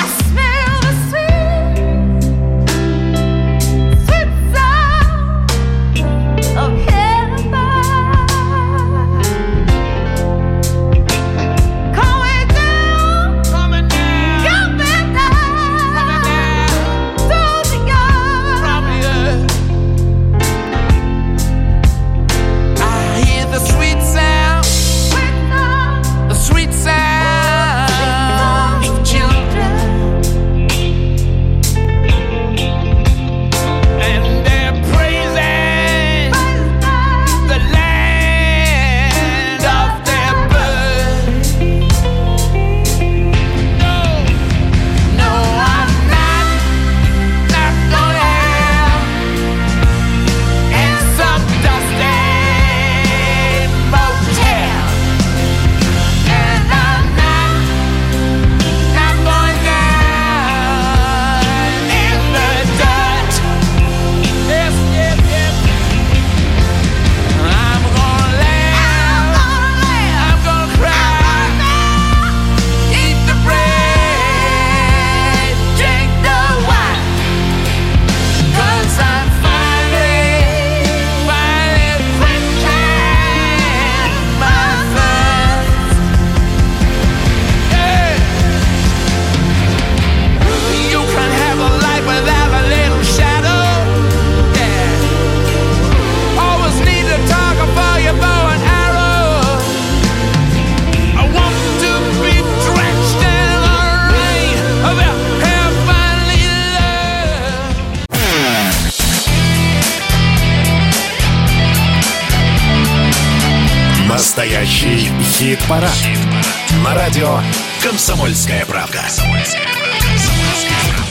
Настоящий хит-парад. На радио «Комсомольская правда».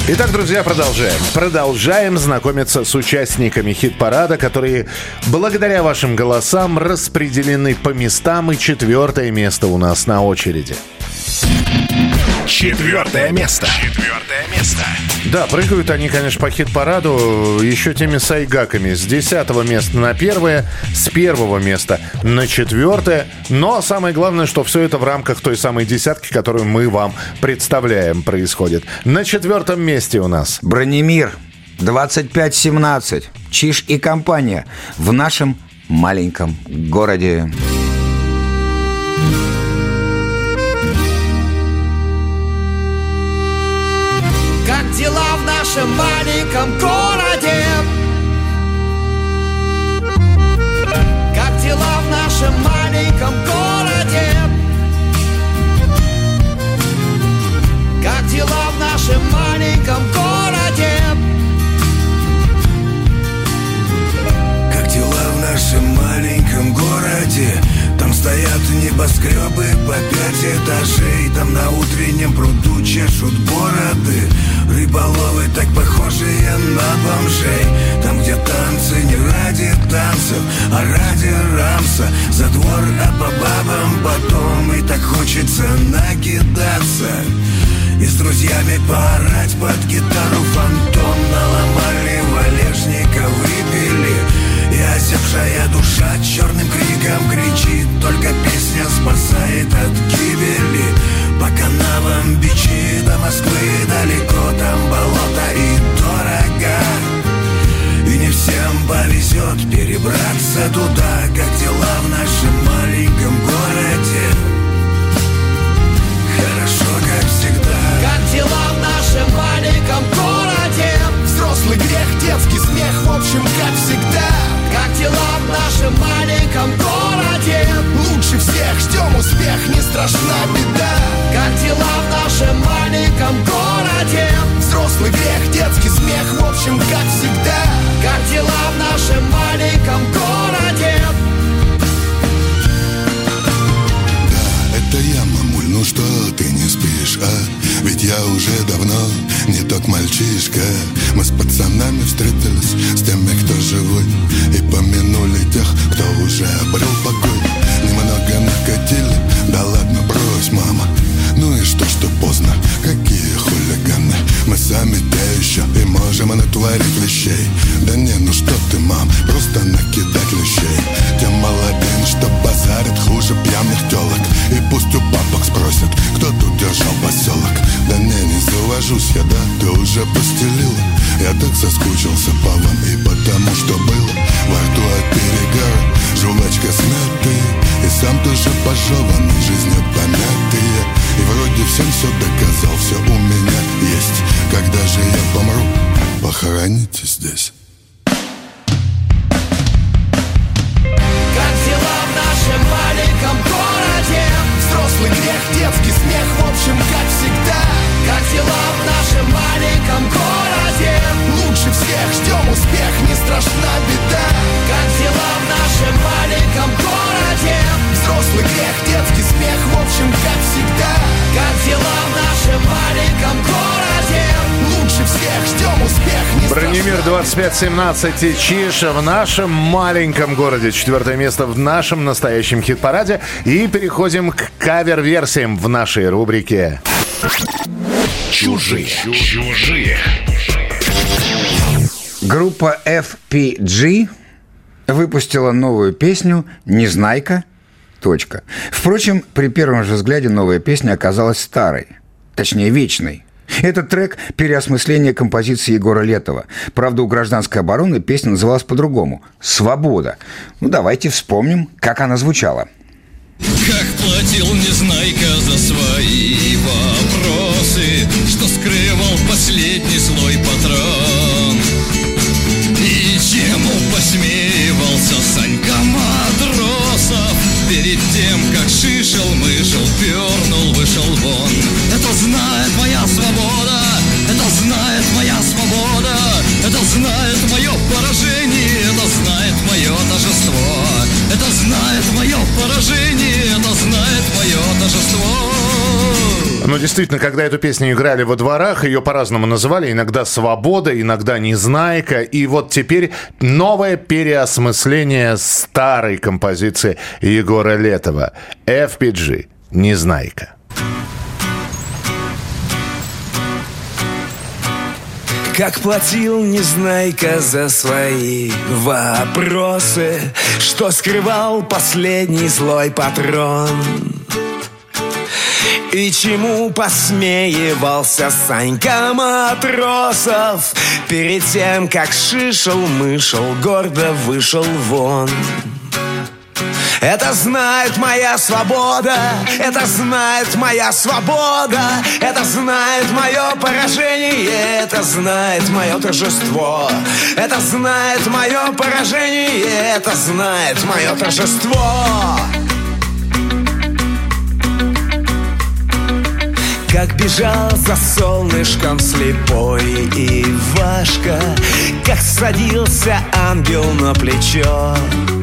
Итак, друзья, продолжаем. Продолжаем знакомиться с участниками хит-парада, которые благодаря вашим голосам распределены по местам, и 4-е место у нас на очереди. 4-е место. Да, прыгают они, конечно, по хит-параду еще теми сайгаками. С 10-го места на 1-е, с 1-го места на 4-е. Но самое главное, что все это в рамках той самой десятки, которую мы вам представляем, происходит. На 4-м месте у нас Бронемир, 2517. Чиж и компания в нашем маленьком городе. Как дела в нашем маленьком городе? Как дела в нашем маленьком городе? Как дела в нашем маленьком городе? Как дела в нашем маленьком городе? Там стоят небоскребы по 5 этажей. Там на утреннем пруду чешут бороды рыболовы, так похожие на бомжей. Там, где танцы не ради танцев, а ради рамса. За двор, а по бабам потом. И так хочется накидаться и с друзьями поорать под гитару фантом. Наломали валежника, выпили, и осевшая душа черным криком кричит. Только песня спасает от гибели. По канавам бичи до Москвы далеко. Там болото и дорого, и не всем повезет перебраться туда. Как дела в нашем маленьком городе? Хорошо, как всегда. Как дела в нашем маленьком городе? Взрослый грех, детский смех, в общем, как всегда. Как дела в нашем маленьком городе? Лучше всех ждем успех, не страшна беда. Как дела в нашем маленьком городе? Взрослый грех, детский смех, в общем, как всегда. Как дела в нашем маленьком городе? Это я, мамуль, ну что ты не спишь, а? Ведь я уже давно не тот мальчишка. Мы с пацанами встретились, с теми, кто живой, и помянули тех, кто уже обрел покой. Немного накатили, да ладно, брось, мама. Ну и что поздно, какие хулиганы. Мы сами те еще и можем натворить вещей. Да не, ну что ты, мам, просто накидать лещей. Тем молодым, что базарят хуже пьяных телок. И пусть у папок спросят, кто тут держал поселок. Да не завожусь я, да, ты уже постелила. Я так соскучился по вам и потому, что было. Во рту от перегара, жвачка смятая, и сам тоже пожеванный, жизнью помятые. И вроде всем все доказал, все у меня есть. Когда же я помру, похороните здесь. Как дела в нашем маленьком городе? Взрослый грех, детский смех, в общем, как всегда. Как дела в нашем маленьком городе? Лучше всех ждем успех, не страшна беда. Как дела в нашем маленьком городе? Взрослый грех, детский смех, в общем, как всегда. Как дела в нашем маленьком городе? Лучше всех ждем успех, не Бронемир 2517 и Чиж в нашем маленьком городе. 4-е место в нашем настоящем хит-параде. И переходим к кавер-версиям в нашей рубрике Чужие. Группа FPG выпустила новую песню «Незнайка. ». Впрочем, при первом же взгляде новая песня оказалась старой, точнее вечной. Этот трек – переосмысление композиции Егора Летова. Правда, у «Гражданской обороны» песня называлась по-другому – «Свобода». Ну, давайте вспомним, как она звучала. Как платил Незнайка за свои вопросы, что скрывал последний слой патрон. И чему посмеивался Санька Матросов перед тем, как шишел-мышел, пернул, вышел вон. Это знает моя свобода, это знает моя свобода, это знает мое поражение, это знает мое торжество. Это знает мое поражение, это знает мое торжество. Ну, действительно, когда эту песню играли во дворах, ее по-разному называли. Иногда «Свобода», иногда «Незнайка». И вот теперь новое переосмысление старой композиции Егора Летова. FPG «Незнайка». Как платил Незнайка за свои вопросы, что скрывал последний злой патрон. И чему посмеивался Санька Матросов перед тем, как шишел-мышел гордо вышел вон. Это знает моя свобода, это знает моя свобода, это знает мое поражение, это знает мое торжество, это знает мое поражение, это знает мое торжество. Как бежал за солнышком слепой Ивашка, как садился ангел на плечо,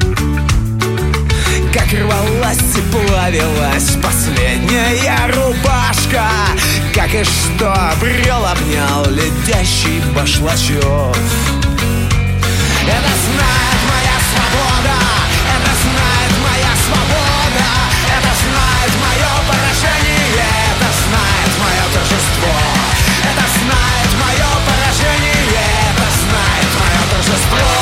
как рвалась и плавилась последняя рубашка, как и что обрел, обнял летящий Башлачев. Это знает моя свобода, это знает моя свобода, это знает мое поражение, это знает мое торжество, это знает мое поражение, это знает мое торжество.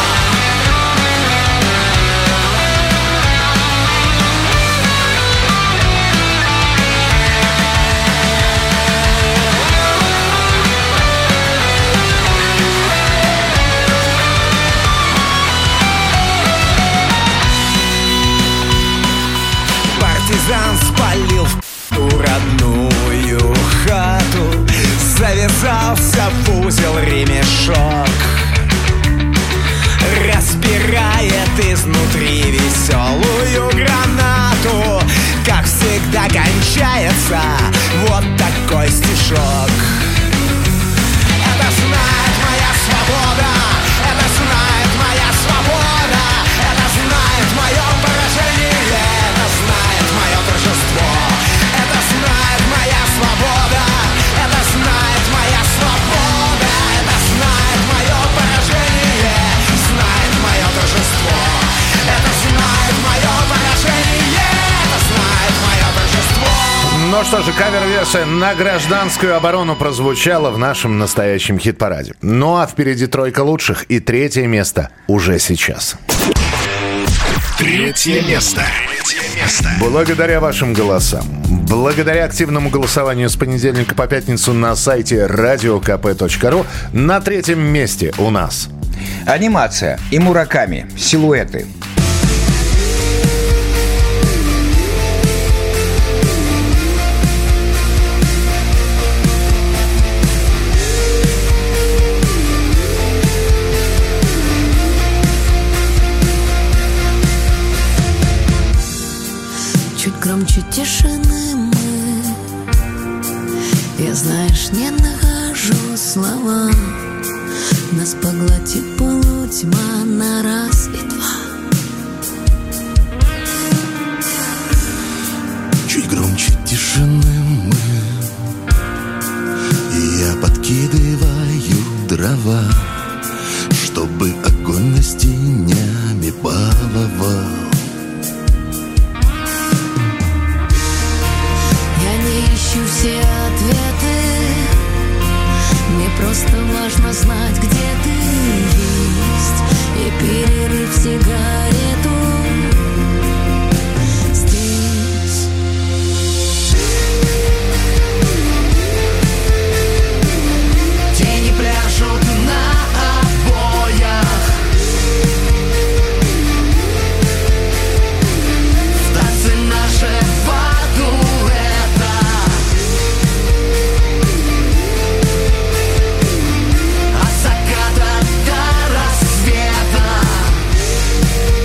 Партизан спалил родную хату, завязался в узел ремешок, распирает изнутри веселую гранату. Как всегда кончается вот такой стишок. Это знает моя свобода, это знает моя свобода, это знает мое поражение, это знает мое торжество, это знает моя свобода, это знает моя свобода, это знает мое поражение, знает мое торжество, это знает мое поражение, это знает мое торжество. Ну что же, кавер-версия на гражданскую оборону прозвучала в нашем настоящем хит-параде. Ну а впереди тройка лучших и третье место уже сейчас. Третье место. Благодаря вашим голосам, благодаря активному голосованию с понедельника по пятницу на сайте radiokp.ru на третьем месте у нас анимация и Мураками. Силуэты. Громче тишины мы. Я, знаешь, не нахожу слова. Нас поглотит полутьма на раз и два. Чуть громче тишины мы. И я подкидываю дрова, чтобы огонь над тенями баловал. Ищу все ответы. Мне просто важно знать, где ты есть. И перерыв сигарету здесь. Тени пляшут на обоях. В танце нашего дуэта. От заката до рассвета.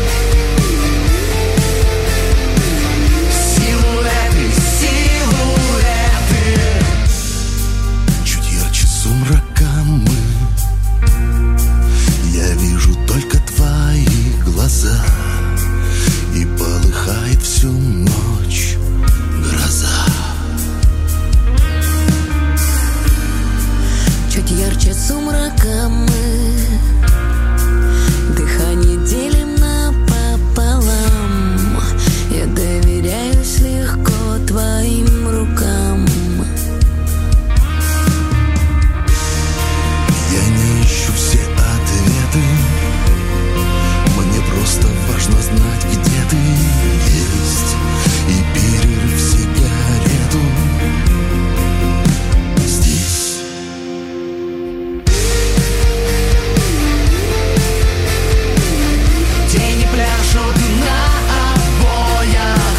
пляшут на обоях.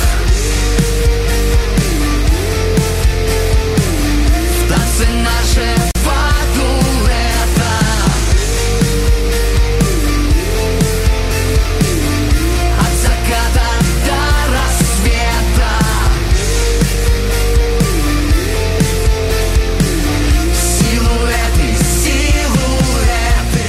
В танце нашего дуэта. От заката до рассвета. Силуэты, силуэты.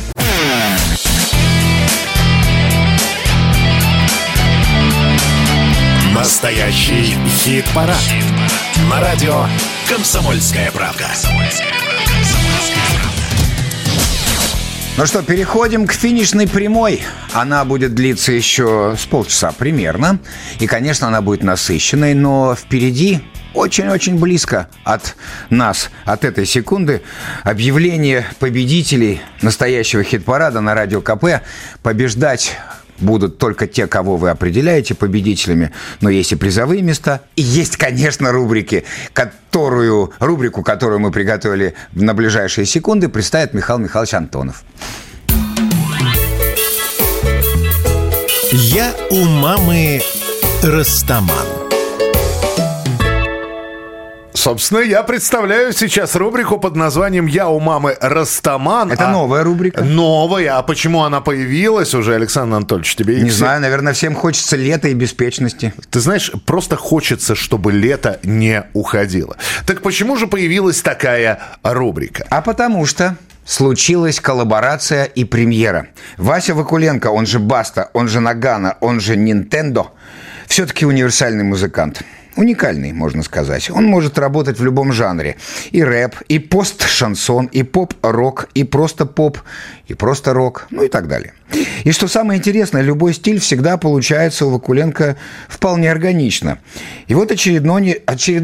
Настоящий хит-парад. На радио «Комсомольская правда». Ну что, переходим к финишной прямой. Она будет длиться еще с полчаса примерно. И, конечно, она будет насыщенной, но впереди, очень-очень близко от нас, от этой секунды, объявление победителей настоящего хит-парада на Радио КП. Побеждать будут только те, кого вы определяете победителями, но есть и призовые места, и есть, конечно, рубрику, которую мы приготовили на ближайшие секунды, представит Михаил Михайлович Антонов. Я у мамы Растаман. Собственно, я представляю сейчас рубрику под названием «Я у мамы Растаман». Это новая рубрика. Новая. А почему она появилась уже, Александр Анатольевич? Тебе Не знаю, наверное, всем хочется лета и беспечности. Ты знаешь, просто хочется, чтобы лето не уходило. Так почему же появилась такая рубрика? А потому что случилась коллаборация и премьера. Вася Вакуленко, он же Баста, он же Нагано, он же Nintendo, все-таки универсальный музыкант. Уникальный, можно сказать. Он может работать в любом жанре. И рэп, и пост-шансон, и поп-рок, и просто поп, и просто рок, ну и так далее. И что самое интересное, любой стиль всегда получается у Вакуленко вполне органично. И вот очередное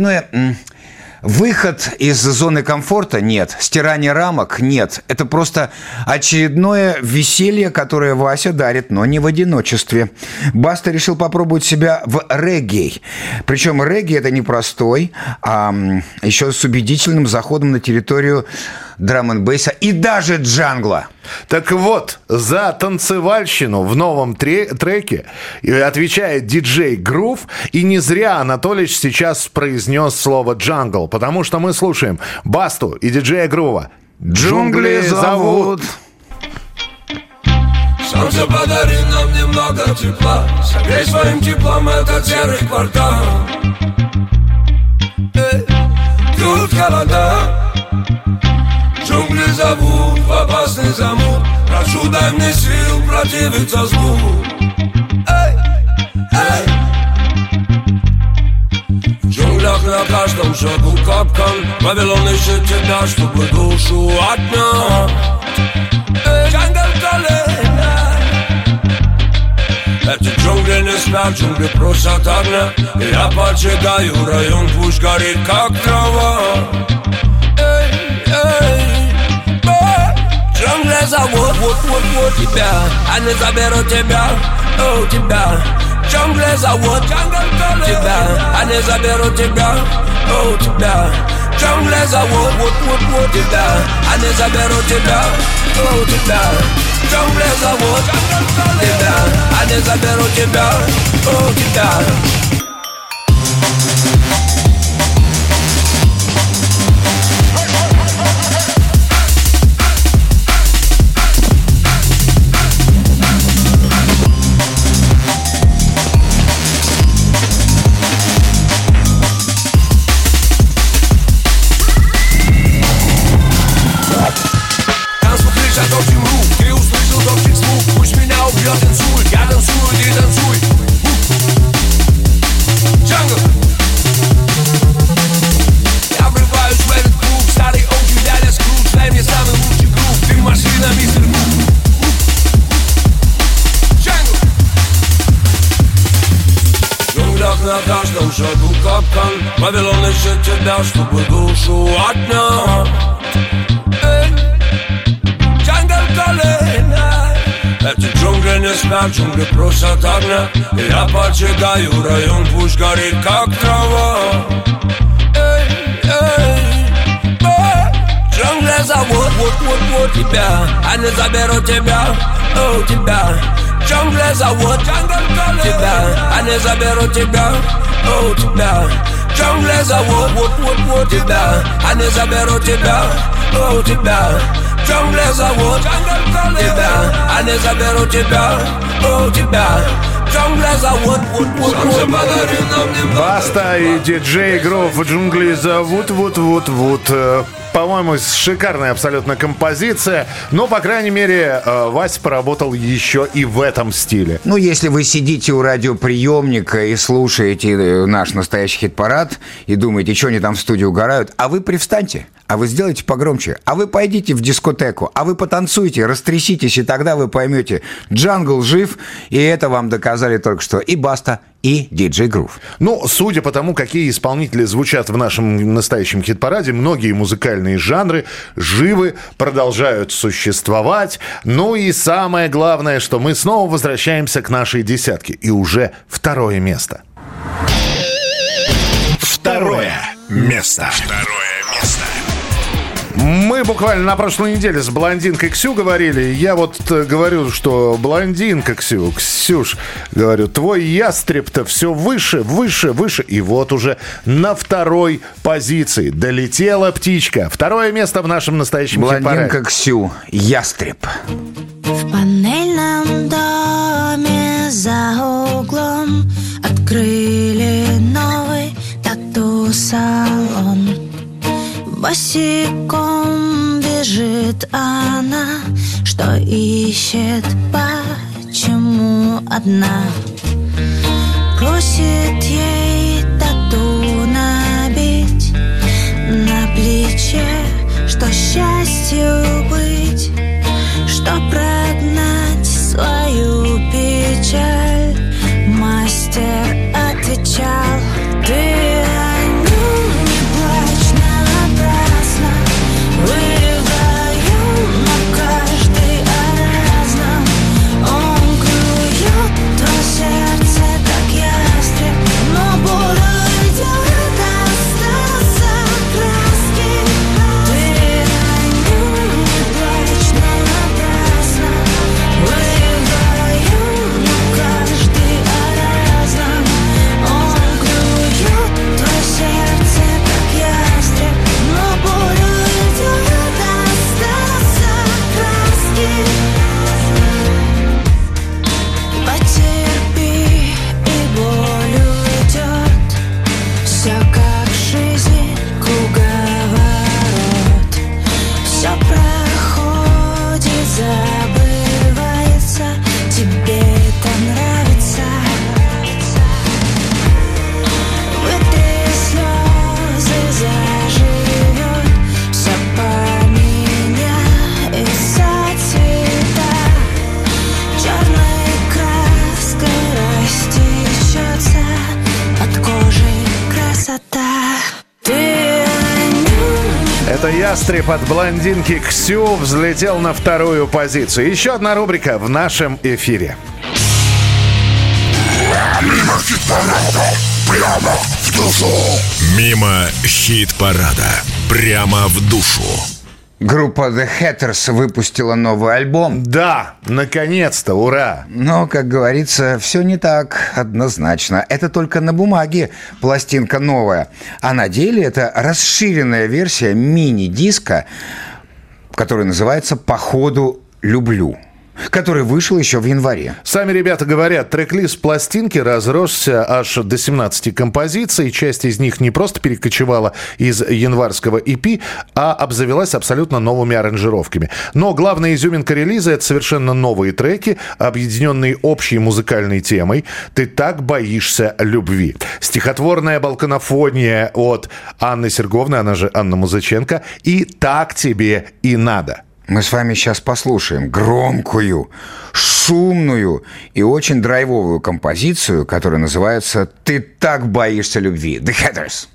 выход из зоны комфорта нет. Стирание рамок нет. Это просто очередное веселье, которое Вася дарит, но не в одиночестве. Баста решил попробовать себя в регги. Причем регги это не простой, а еще с убедительным заходом на территорию драм-н-бейса и даже джангла. Так вот, за танцевальщину в новом треке отвечает диджей Грув. И не зря Анатолич сейчас произнес слово «джангл», потому что мы слушаем Басту и диджея Грува. «Джунгли зовут». Солнце, подари нам немного тепла. Согрей своим теплом этот серый квартал. Тут холода. Джунгли зовут в опасный замут. Прошу, дай мне сил противиться злу. Эй, эй. В джунглях на каждом шагу капкан. Вавилон ищет тебя, чтобы душу отнять. Джангл колена. Эти джунгли не спят, джунгли просят огня. И я поджигаю район, пусть горит как трава. Джунгли зовут вот тебя, они заберут тебя, о, тебя. Джунгли зовут тебя, они заберут тебя, о, тебя. Джунгли зовут вот тебя, они заберут тебя, о, тебя. Джунгли зовут тебя, они заберут тебя, о, тебя. Шагу капкан, Вавилон ищет тебя, чтобы душу отнять. Джангл колена. Эти джунгли не спят, джунгли просят огня. И я поджигаю район, пусть горит как трава. Джунгли зовут вот тебя, они заберут тебя, о, тебя. Джунгли зовут тебя, они заберут тебя, о, тебя. Джунгли зовут тебя, они заберут тебя, о, тебя. Джунгли зовут тебя, они заберут тебя, о, тебя. Баста и диджей Грув «Джунгли зовут». По-моему, шикарная абсолютно композиция. Но, по крайней мере, Вася поработал еще и в этом стиле. Ну, если вы сидите у радиоприемника и слушаете наш настоящий хит-парад и думаете, что они там в студии угорают, а вы привстаньте, а вы сделайте погромче, а вы пойдите в дискотеку, а вы потанцуйте, растряситесь, и тогда вы поймете, джангл жив, и это вам доказали только что и Баста, и диджей Грув. Ну, судя по тому, какие исполнители звучат в нашем настоящем хит-параде, многие музыкальные жанры живы, продолжают существовать. Ну и самое главное, что мы снова возвращаемся к нашей десятке. И уже второе место. Второе место. Мы буквально на прошлой неделе с блондинкой Ксю говорили. Я вот говорю, что блондинка Ксюш, говорю, твой ястреб-то все выше, выше, выше. И вот уже на второй позиции долетела птичка. Второе место в нашем настоящем хит-параде. Блондинка Ксю, ястреб. В панельном доме за углом открыли новый тату-салон. Босиком бежит она, что ищет, почему одна. Просит ей тату набить на плече, что счастью быть, что прогнать свою печаль. Мастер отвечал: ты ястреб от блондинки Ксю взлетел на вторую позицию. Еще одна рубрика в нашем эфире. Мимо хит-парада, прямо в душу. Мимо хит-парада, прямо в душу. Группа The Hatters выпустила новый альбом. Да, наконец-то, ура! Но, как говорится, все не так однозначно. Это только на бумаге пластинка новая. А на деле это расширенная версия мини-диска, который называется «По ходу люблю», который вышел еще в январе. Сами ребята говорят, трек-лист пластинки разросся аж до 17 композиций. Часть из них не просто перекочевала из январского EP, а обзавелась абсолютно новыми аранжировками. Но главная изюминка релиза — это совершенно новые треки, объединенные общей музыкальной темой «Ты так боишься любви». Стихотворная балканофония от Анны Серговны, она же Анна Музыченко, и «Так тебе и надо». Мы с вами сейчас послушаем громкую, шумную и очень драйвовую композицию, которая называется «Ты так боишься любви». The Hatters.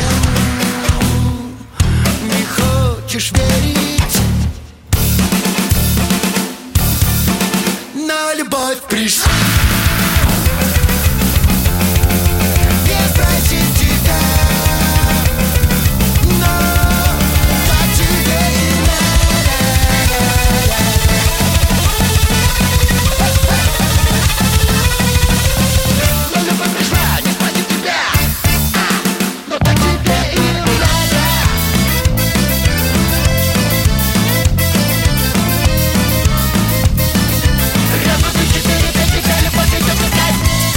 Верить пришла. Не просить тебя, но так тебе и надо. Любовь пришла, не просить тебя, но так тебе и надо. Раз, два, три, четыре, пять, тебя любовь идет искать.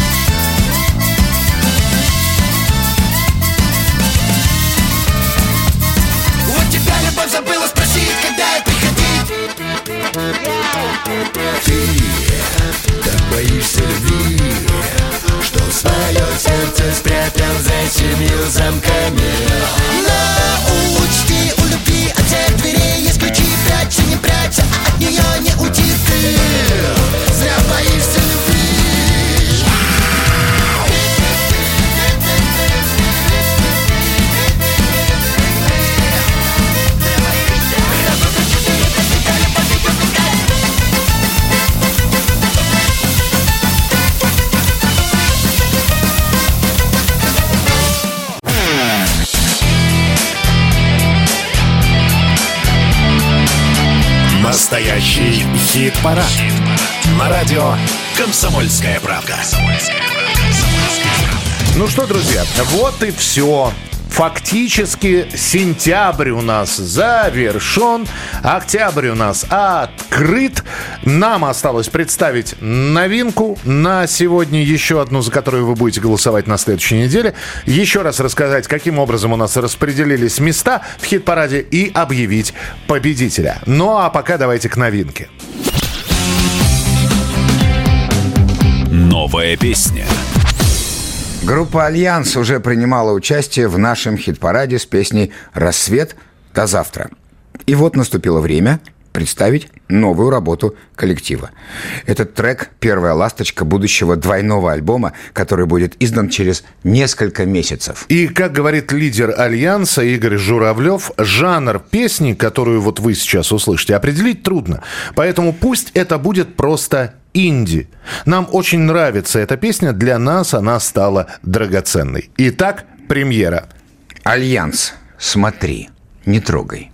Вот тебя любовь забыла спросить, когда ей приходить. Ты так боишься любви, что свое сердце спрятал за 7 замками. Но учти, у любви от всех дверей есть ключи. Прячься, не прячься, а от нее не уйти ты. Зря боишься любви. Настоящий хит-парад. На радио «Комсомольская правда». Ну что, друзья, вот и все. Фактически сентябрь у нас завершен, октябрь у нас открыт. Нам осталось представить новинку на сегодня, еще одну, за которую вы будете голосовать на следующей неделе. Еще раз рассказать, каким образом у нас распределились места в хит-параде и объявить победителя. Ну а пока давайте к новинке. Новая песня. Группа «Альянс» уже принимала участие в нашем хит-параде с песней «Рассвет до завтра». И вот наступило время представить новую работу коллектива. Этот трек – первая ласточка будущего двойного альбома, который будет издан через несколько месяцев. И, как говорит лидер «Альянса» Игорь Журавлев, жанр песни, которую вот вы сейчас услышите, определить трудно. Поэтому пусть это будет просто инди. Нам очень нравится эта песня, для нас она стала драгоценной. Итак, премьера. «Альянс». Смотри, не трогай.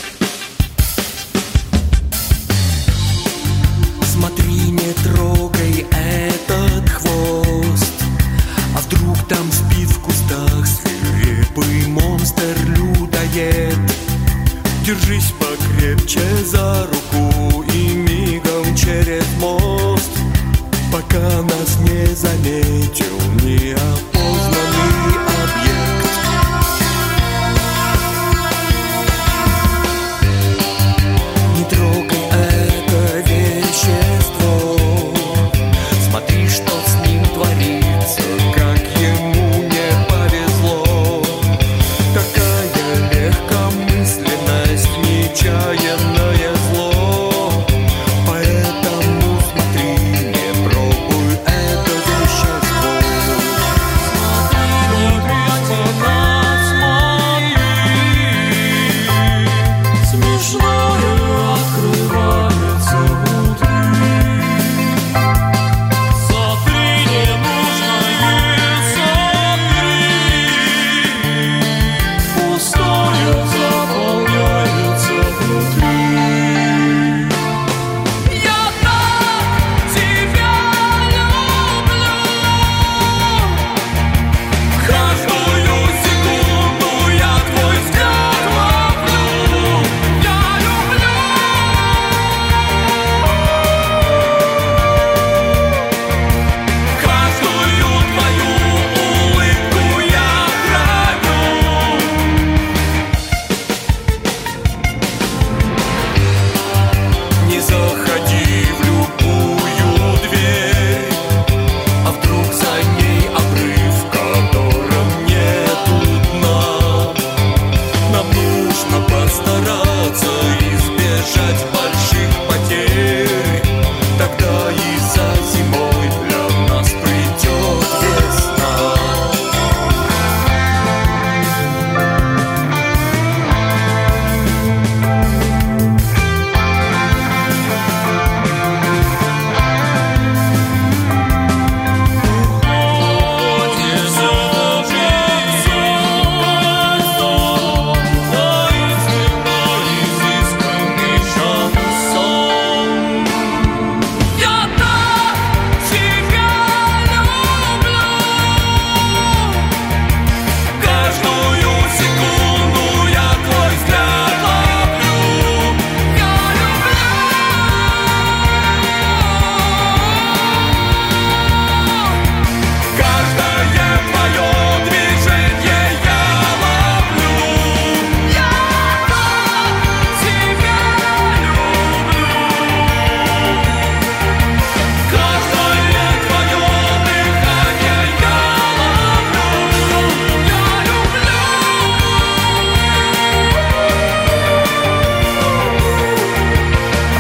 Смотри, не трогай этот хвост. А вдруг там спит в кустах свирепый монстр людоед? Держись покрепче за руку и мигом через мост, пока нас не заметил неопознанный объект.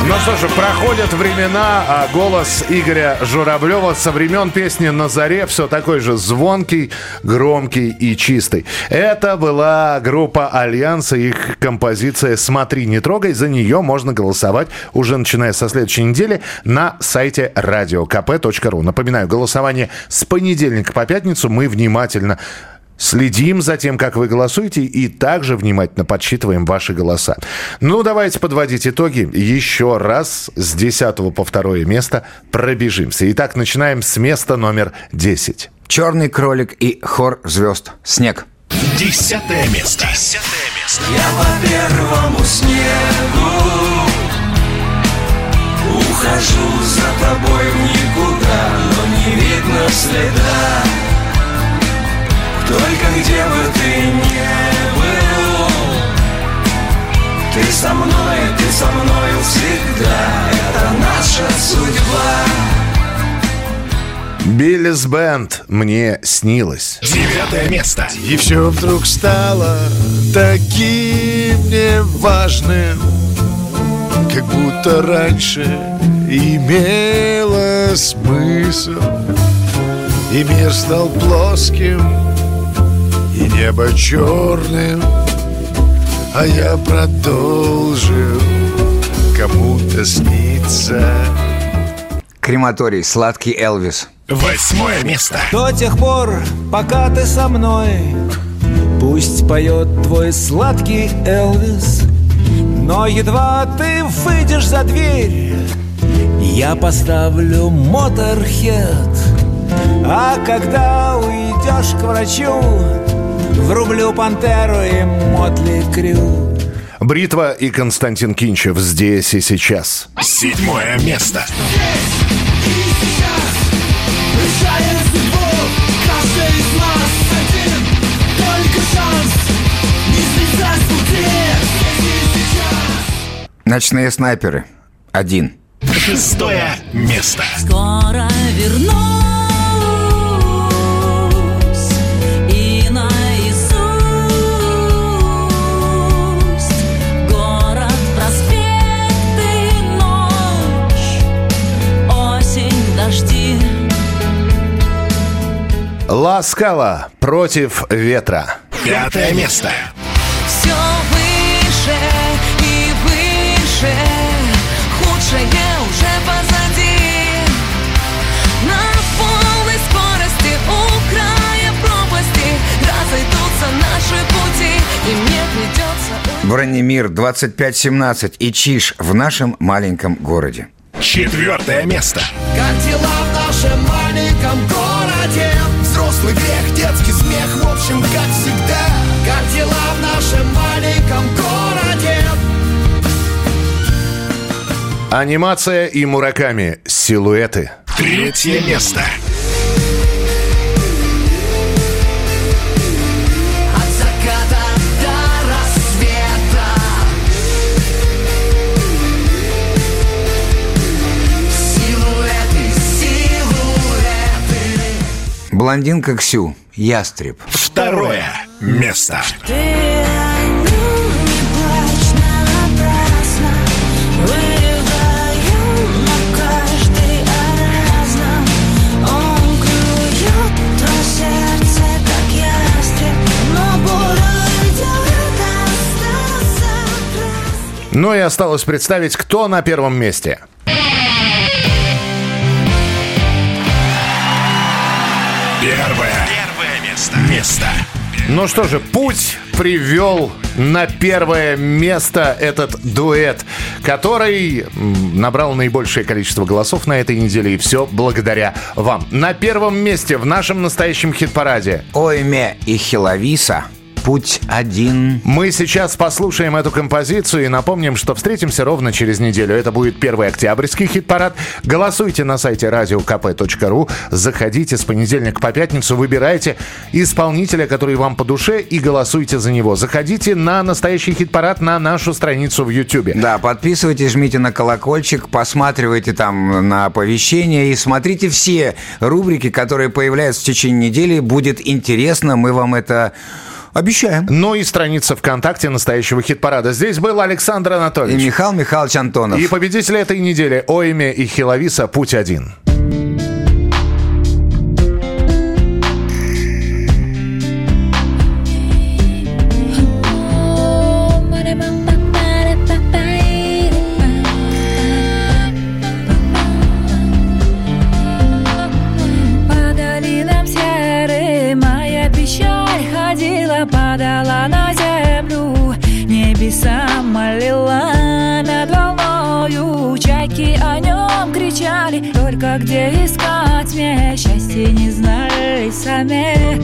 Ну что же, проходят времена, а голос Игоря Журавлева со времен песни «На заре» все такой же звонкий, громкий и чистый. Это была группа «Альянс» и их композиция «Смотри, не трогай». За нее можно голосовать уже начиная со следующей недели на сайте radiokp.ru. Напоминаю, голосование с понедельника по пятницу. Мы внимательно следим за тем, как вы голосуете, и также внимательно подсчитываем ваши голоса. Ну, давайте подводить итоги. Еще раз с 10 по 2 место пробежимся. Итак, начинаем с места номер 10. «Черный кролик» и хор звезд «Снег». 10 место. Я по первому снегу ухожу за тобой в никуда, но не видно следа. Только где бы ты ни был, ты со мною всегда. Это наша судьба. Биллис Бенд «Мне снилось». 9 место. И все вдруг стало таким неважным, как будто раньше имело смысл. И мир стал плоским, и небо черным, а я продолжил кому-то сниться. «Крематорий», «Сладкий Элвис». 8 место. До тех пор, пока ты со мной, пусть поет твой сладкий Элвис, но едва ты выйдешь за дверь, я поставлю Моторхед. А когда уйдешь к врачу, врублю Пантеру и Мотли Крю. Бритва и Константин Кинчев «Здесь и сейчас». 7 место. Решая судьбу, каждый из нас один, только шанс не сбежать с пути. «Ночные снайперы» 1. 6 место. Скоро вернусь и наизусть город, проспекты, ночь, осень, дожди. Ла Скала «Против ветра». 5 место. Все выше и выше, худшее уже позади. На полной скорости у края пропасти разойдутся наши пути, и мне придется... «Бронемир» 2517 и «Чиж» в нашем маленьком городе. 4 место. Как дела в нашем маленьком городе? Взрослый грех, детский смех, в общем, как всегда. Как дела в нашем маленьком городе? Анимация и Мураками «Силуэты». 3 место. От заката до рассвета. Силуэты, силуэты. «Блондинка Ксю», «Ястреб». 2 место. Ты о нем не плачь напрасно, вдвоем, но каждый о разном. Он клюет твое сердце, как ястреб, но боль идет, остался краски. Ну и осталось представить, кто на первом месте. Первое место. Ну что же, путь привел на первое место этот дуэт, который набрал наибольшее количество голосов на этой неделе, и все благодаря вам. На первом месте в нашем настоящем хит-параде «Ойме» и «Хиловиса». «Путь один». Мы сейчас послушаем эту композицию и напомним, что встретимся ровно через неделю. Это будет первый октябрьский хит-парад. Голосуйте на сайте radiokp.ru. Заходите с понедельника по пятницу, выбирайте исполнителя, который вам по душе, и голосуйте за него. Заходите на настоящий хит-парад на нашу страницу в YouTube. Да, подписывайтесь, жмите на колокольчик, посматривайте там на оповещения и смотрите все рубрики, которые появляются в течение недели. Будет интересно, мы вам это Обещаем. Ну и страница ВКонтакте настоящего хит-парада. Здесь был Александр Анатольевич. И Михаил Михайлович Антонов. И победители этой недели Оими и Хиловиса «Путь один». Падала на землю, небеса молила над волною. Чайки о нем кричали, только где искать мне счастье не знали сами.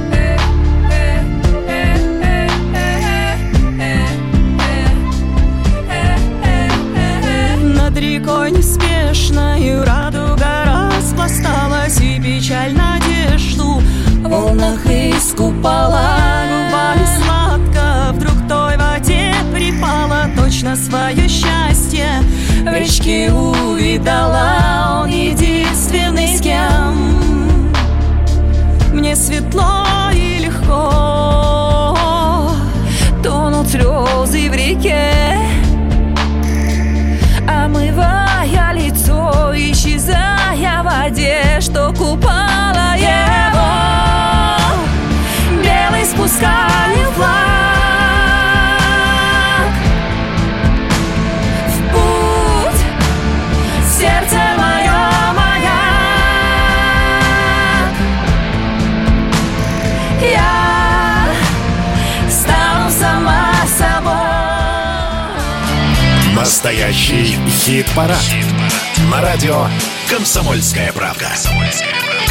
Над рекой неспешною радуга распласталась, и печаль надежду в волнах искупала. Губами сладко вдруг той воде припала, точно свое счастье в речке увидала. Он единственный, с кем мне светло и легко. Тонут слезы в реке, омывая лицо, исчезая в воде, что купала его. Белый спускаю флаг в путь, сердце мое маяк. Я стану сама собой. Настоящий хит-парад. На радио «Комсомольская правда».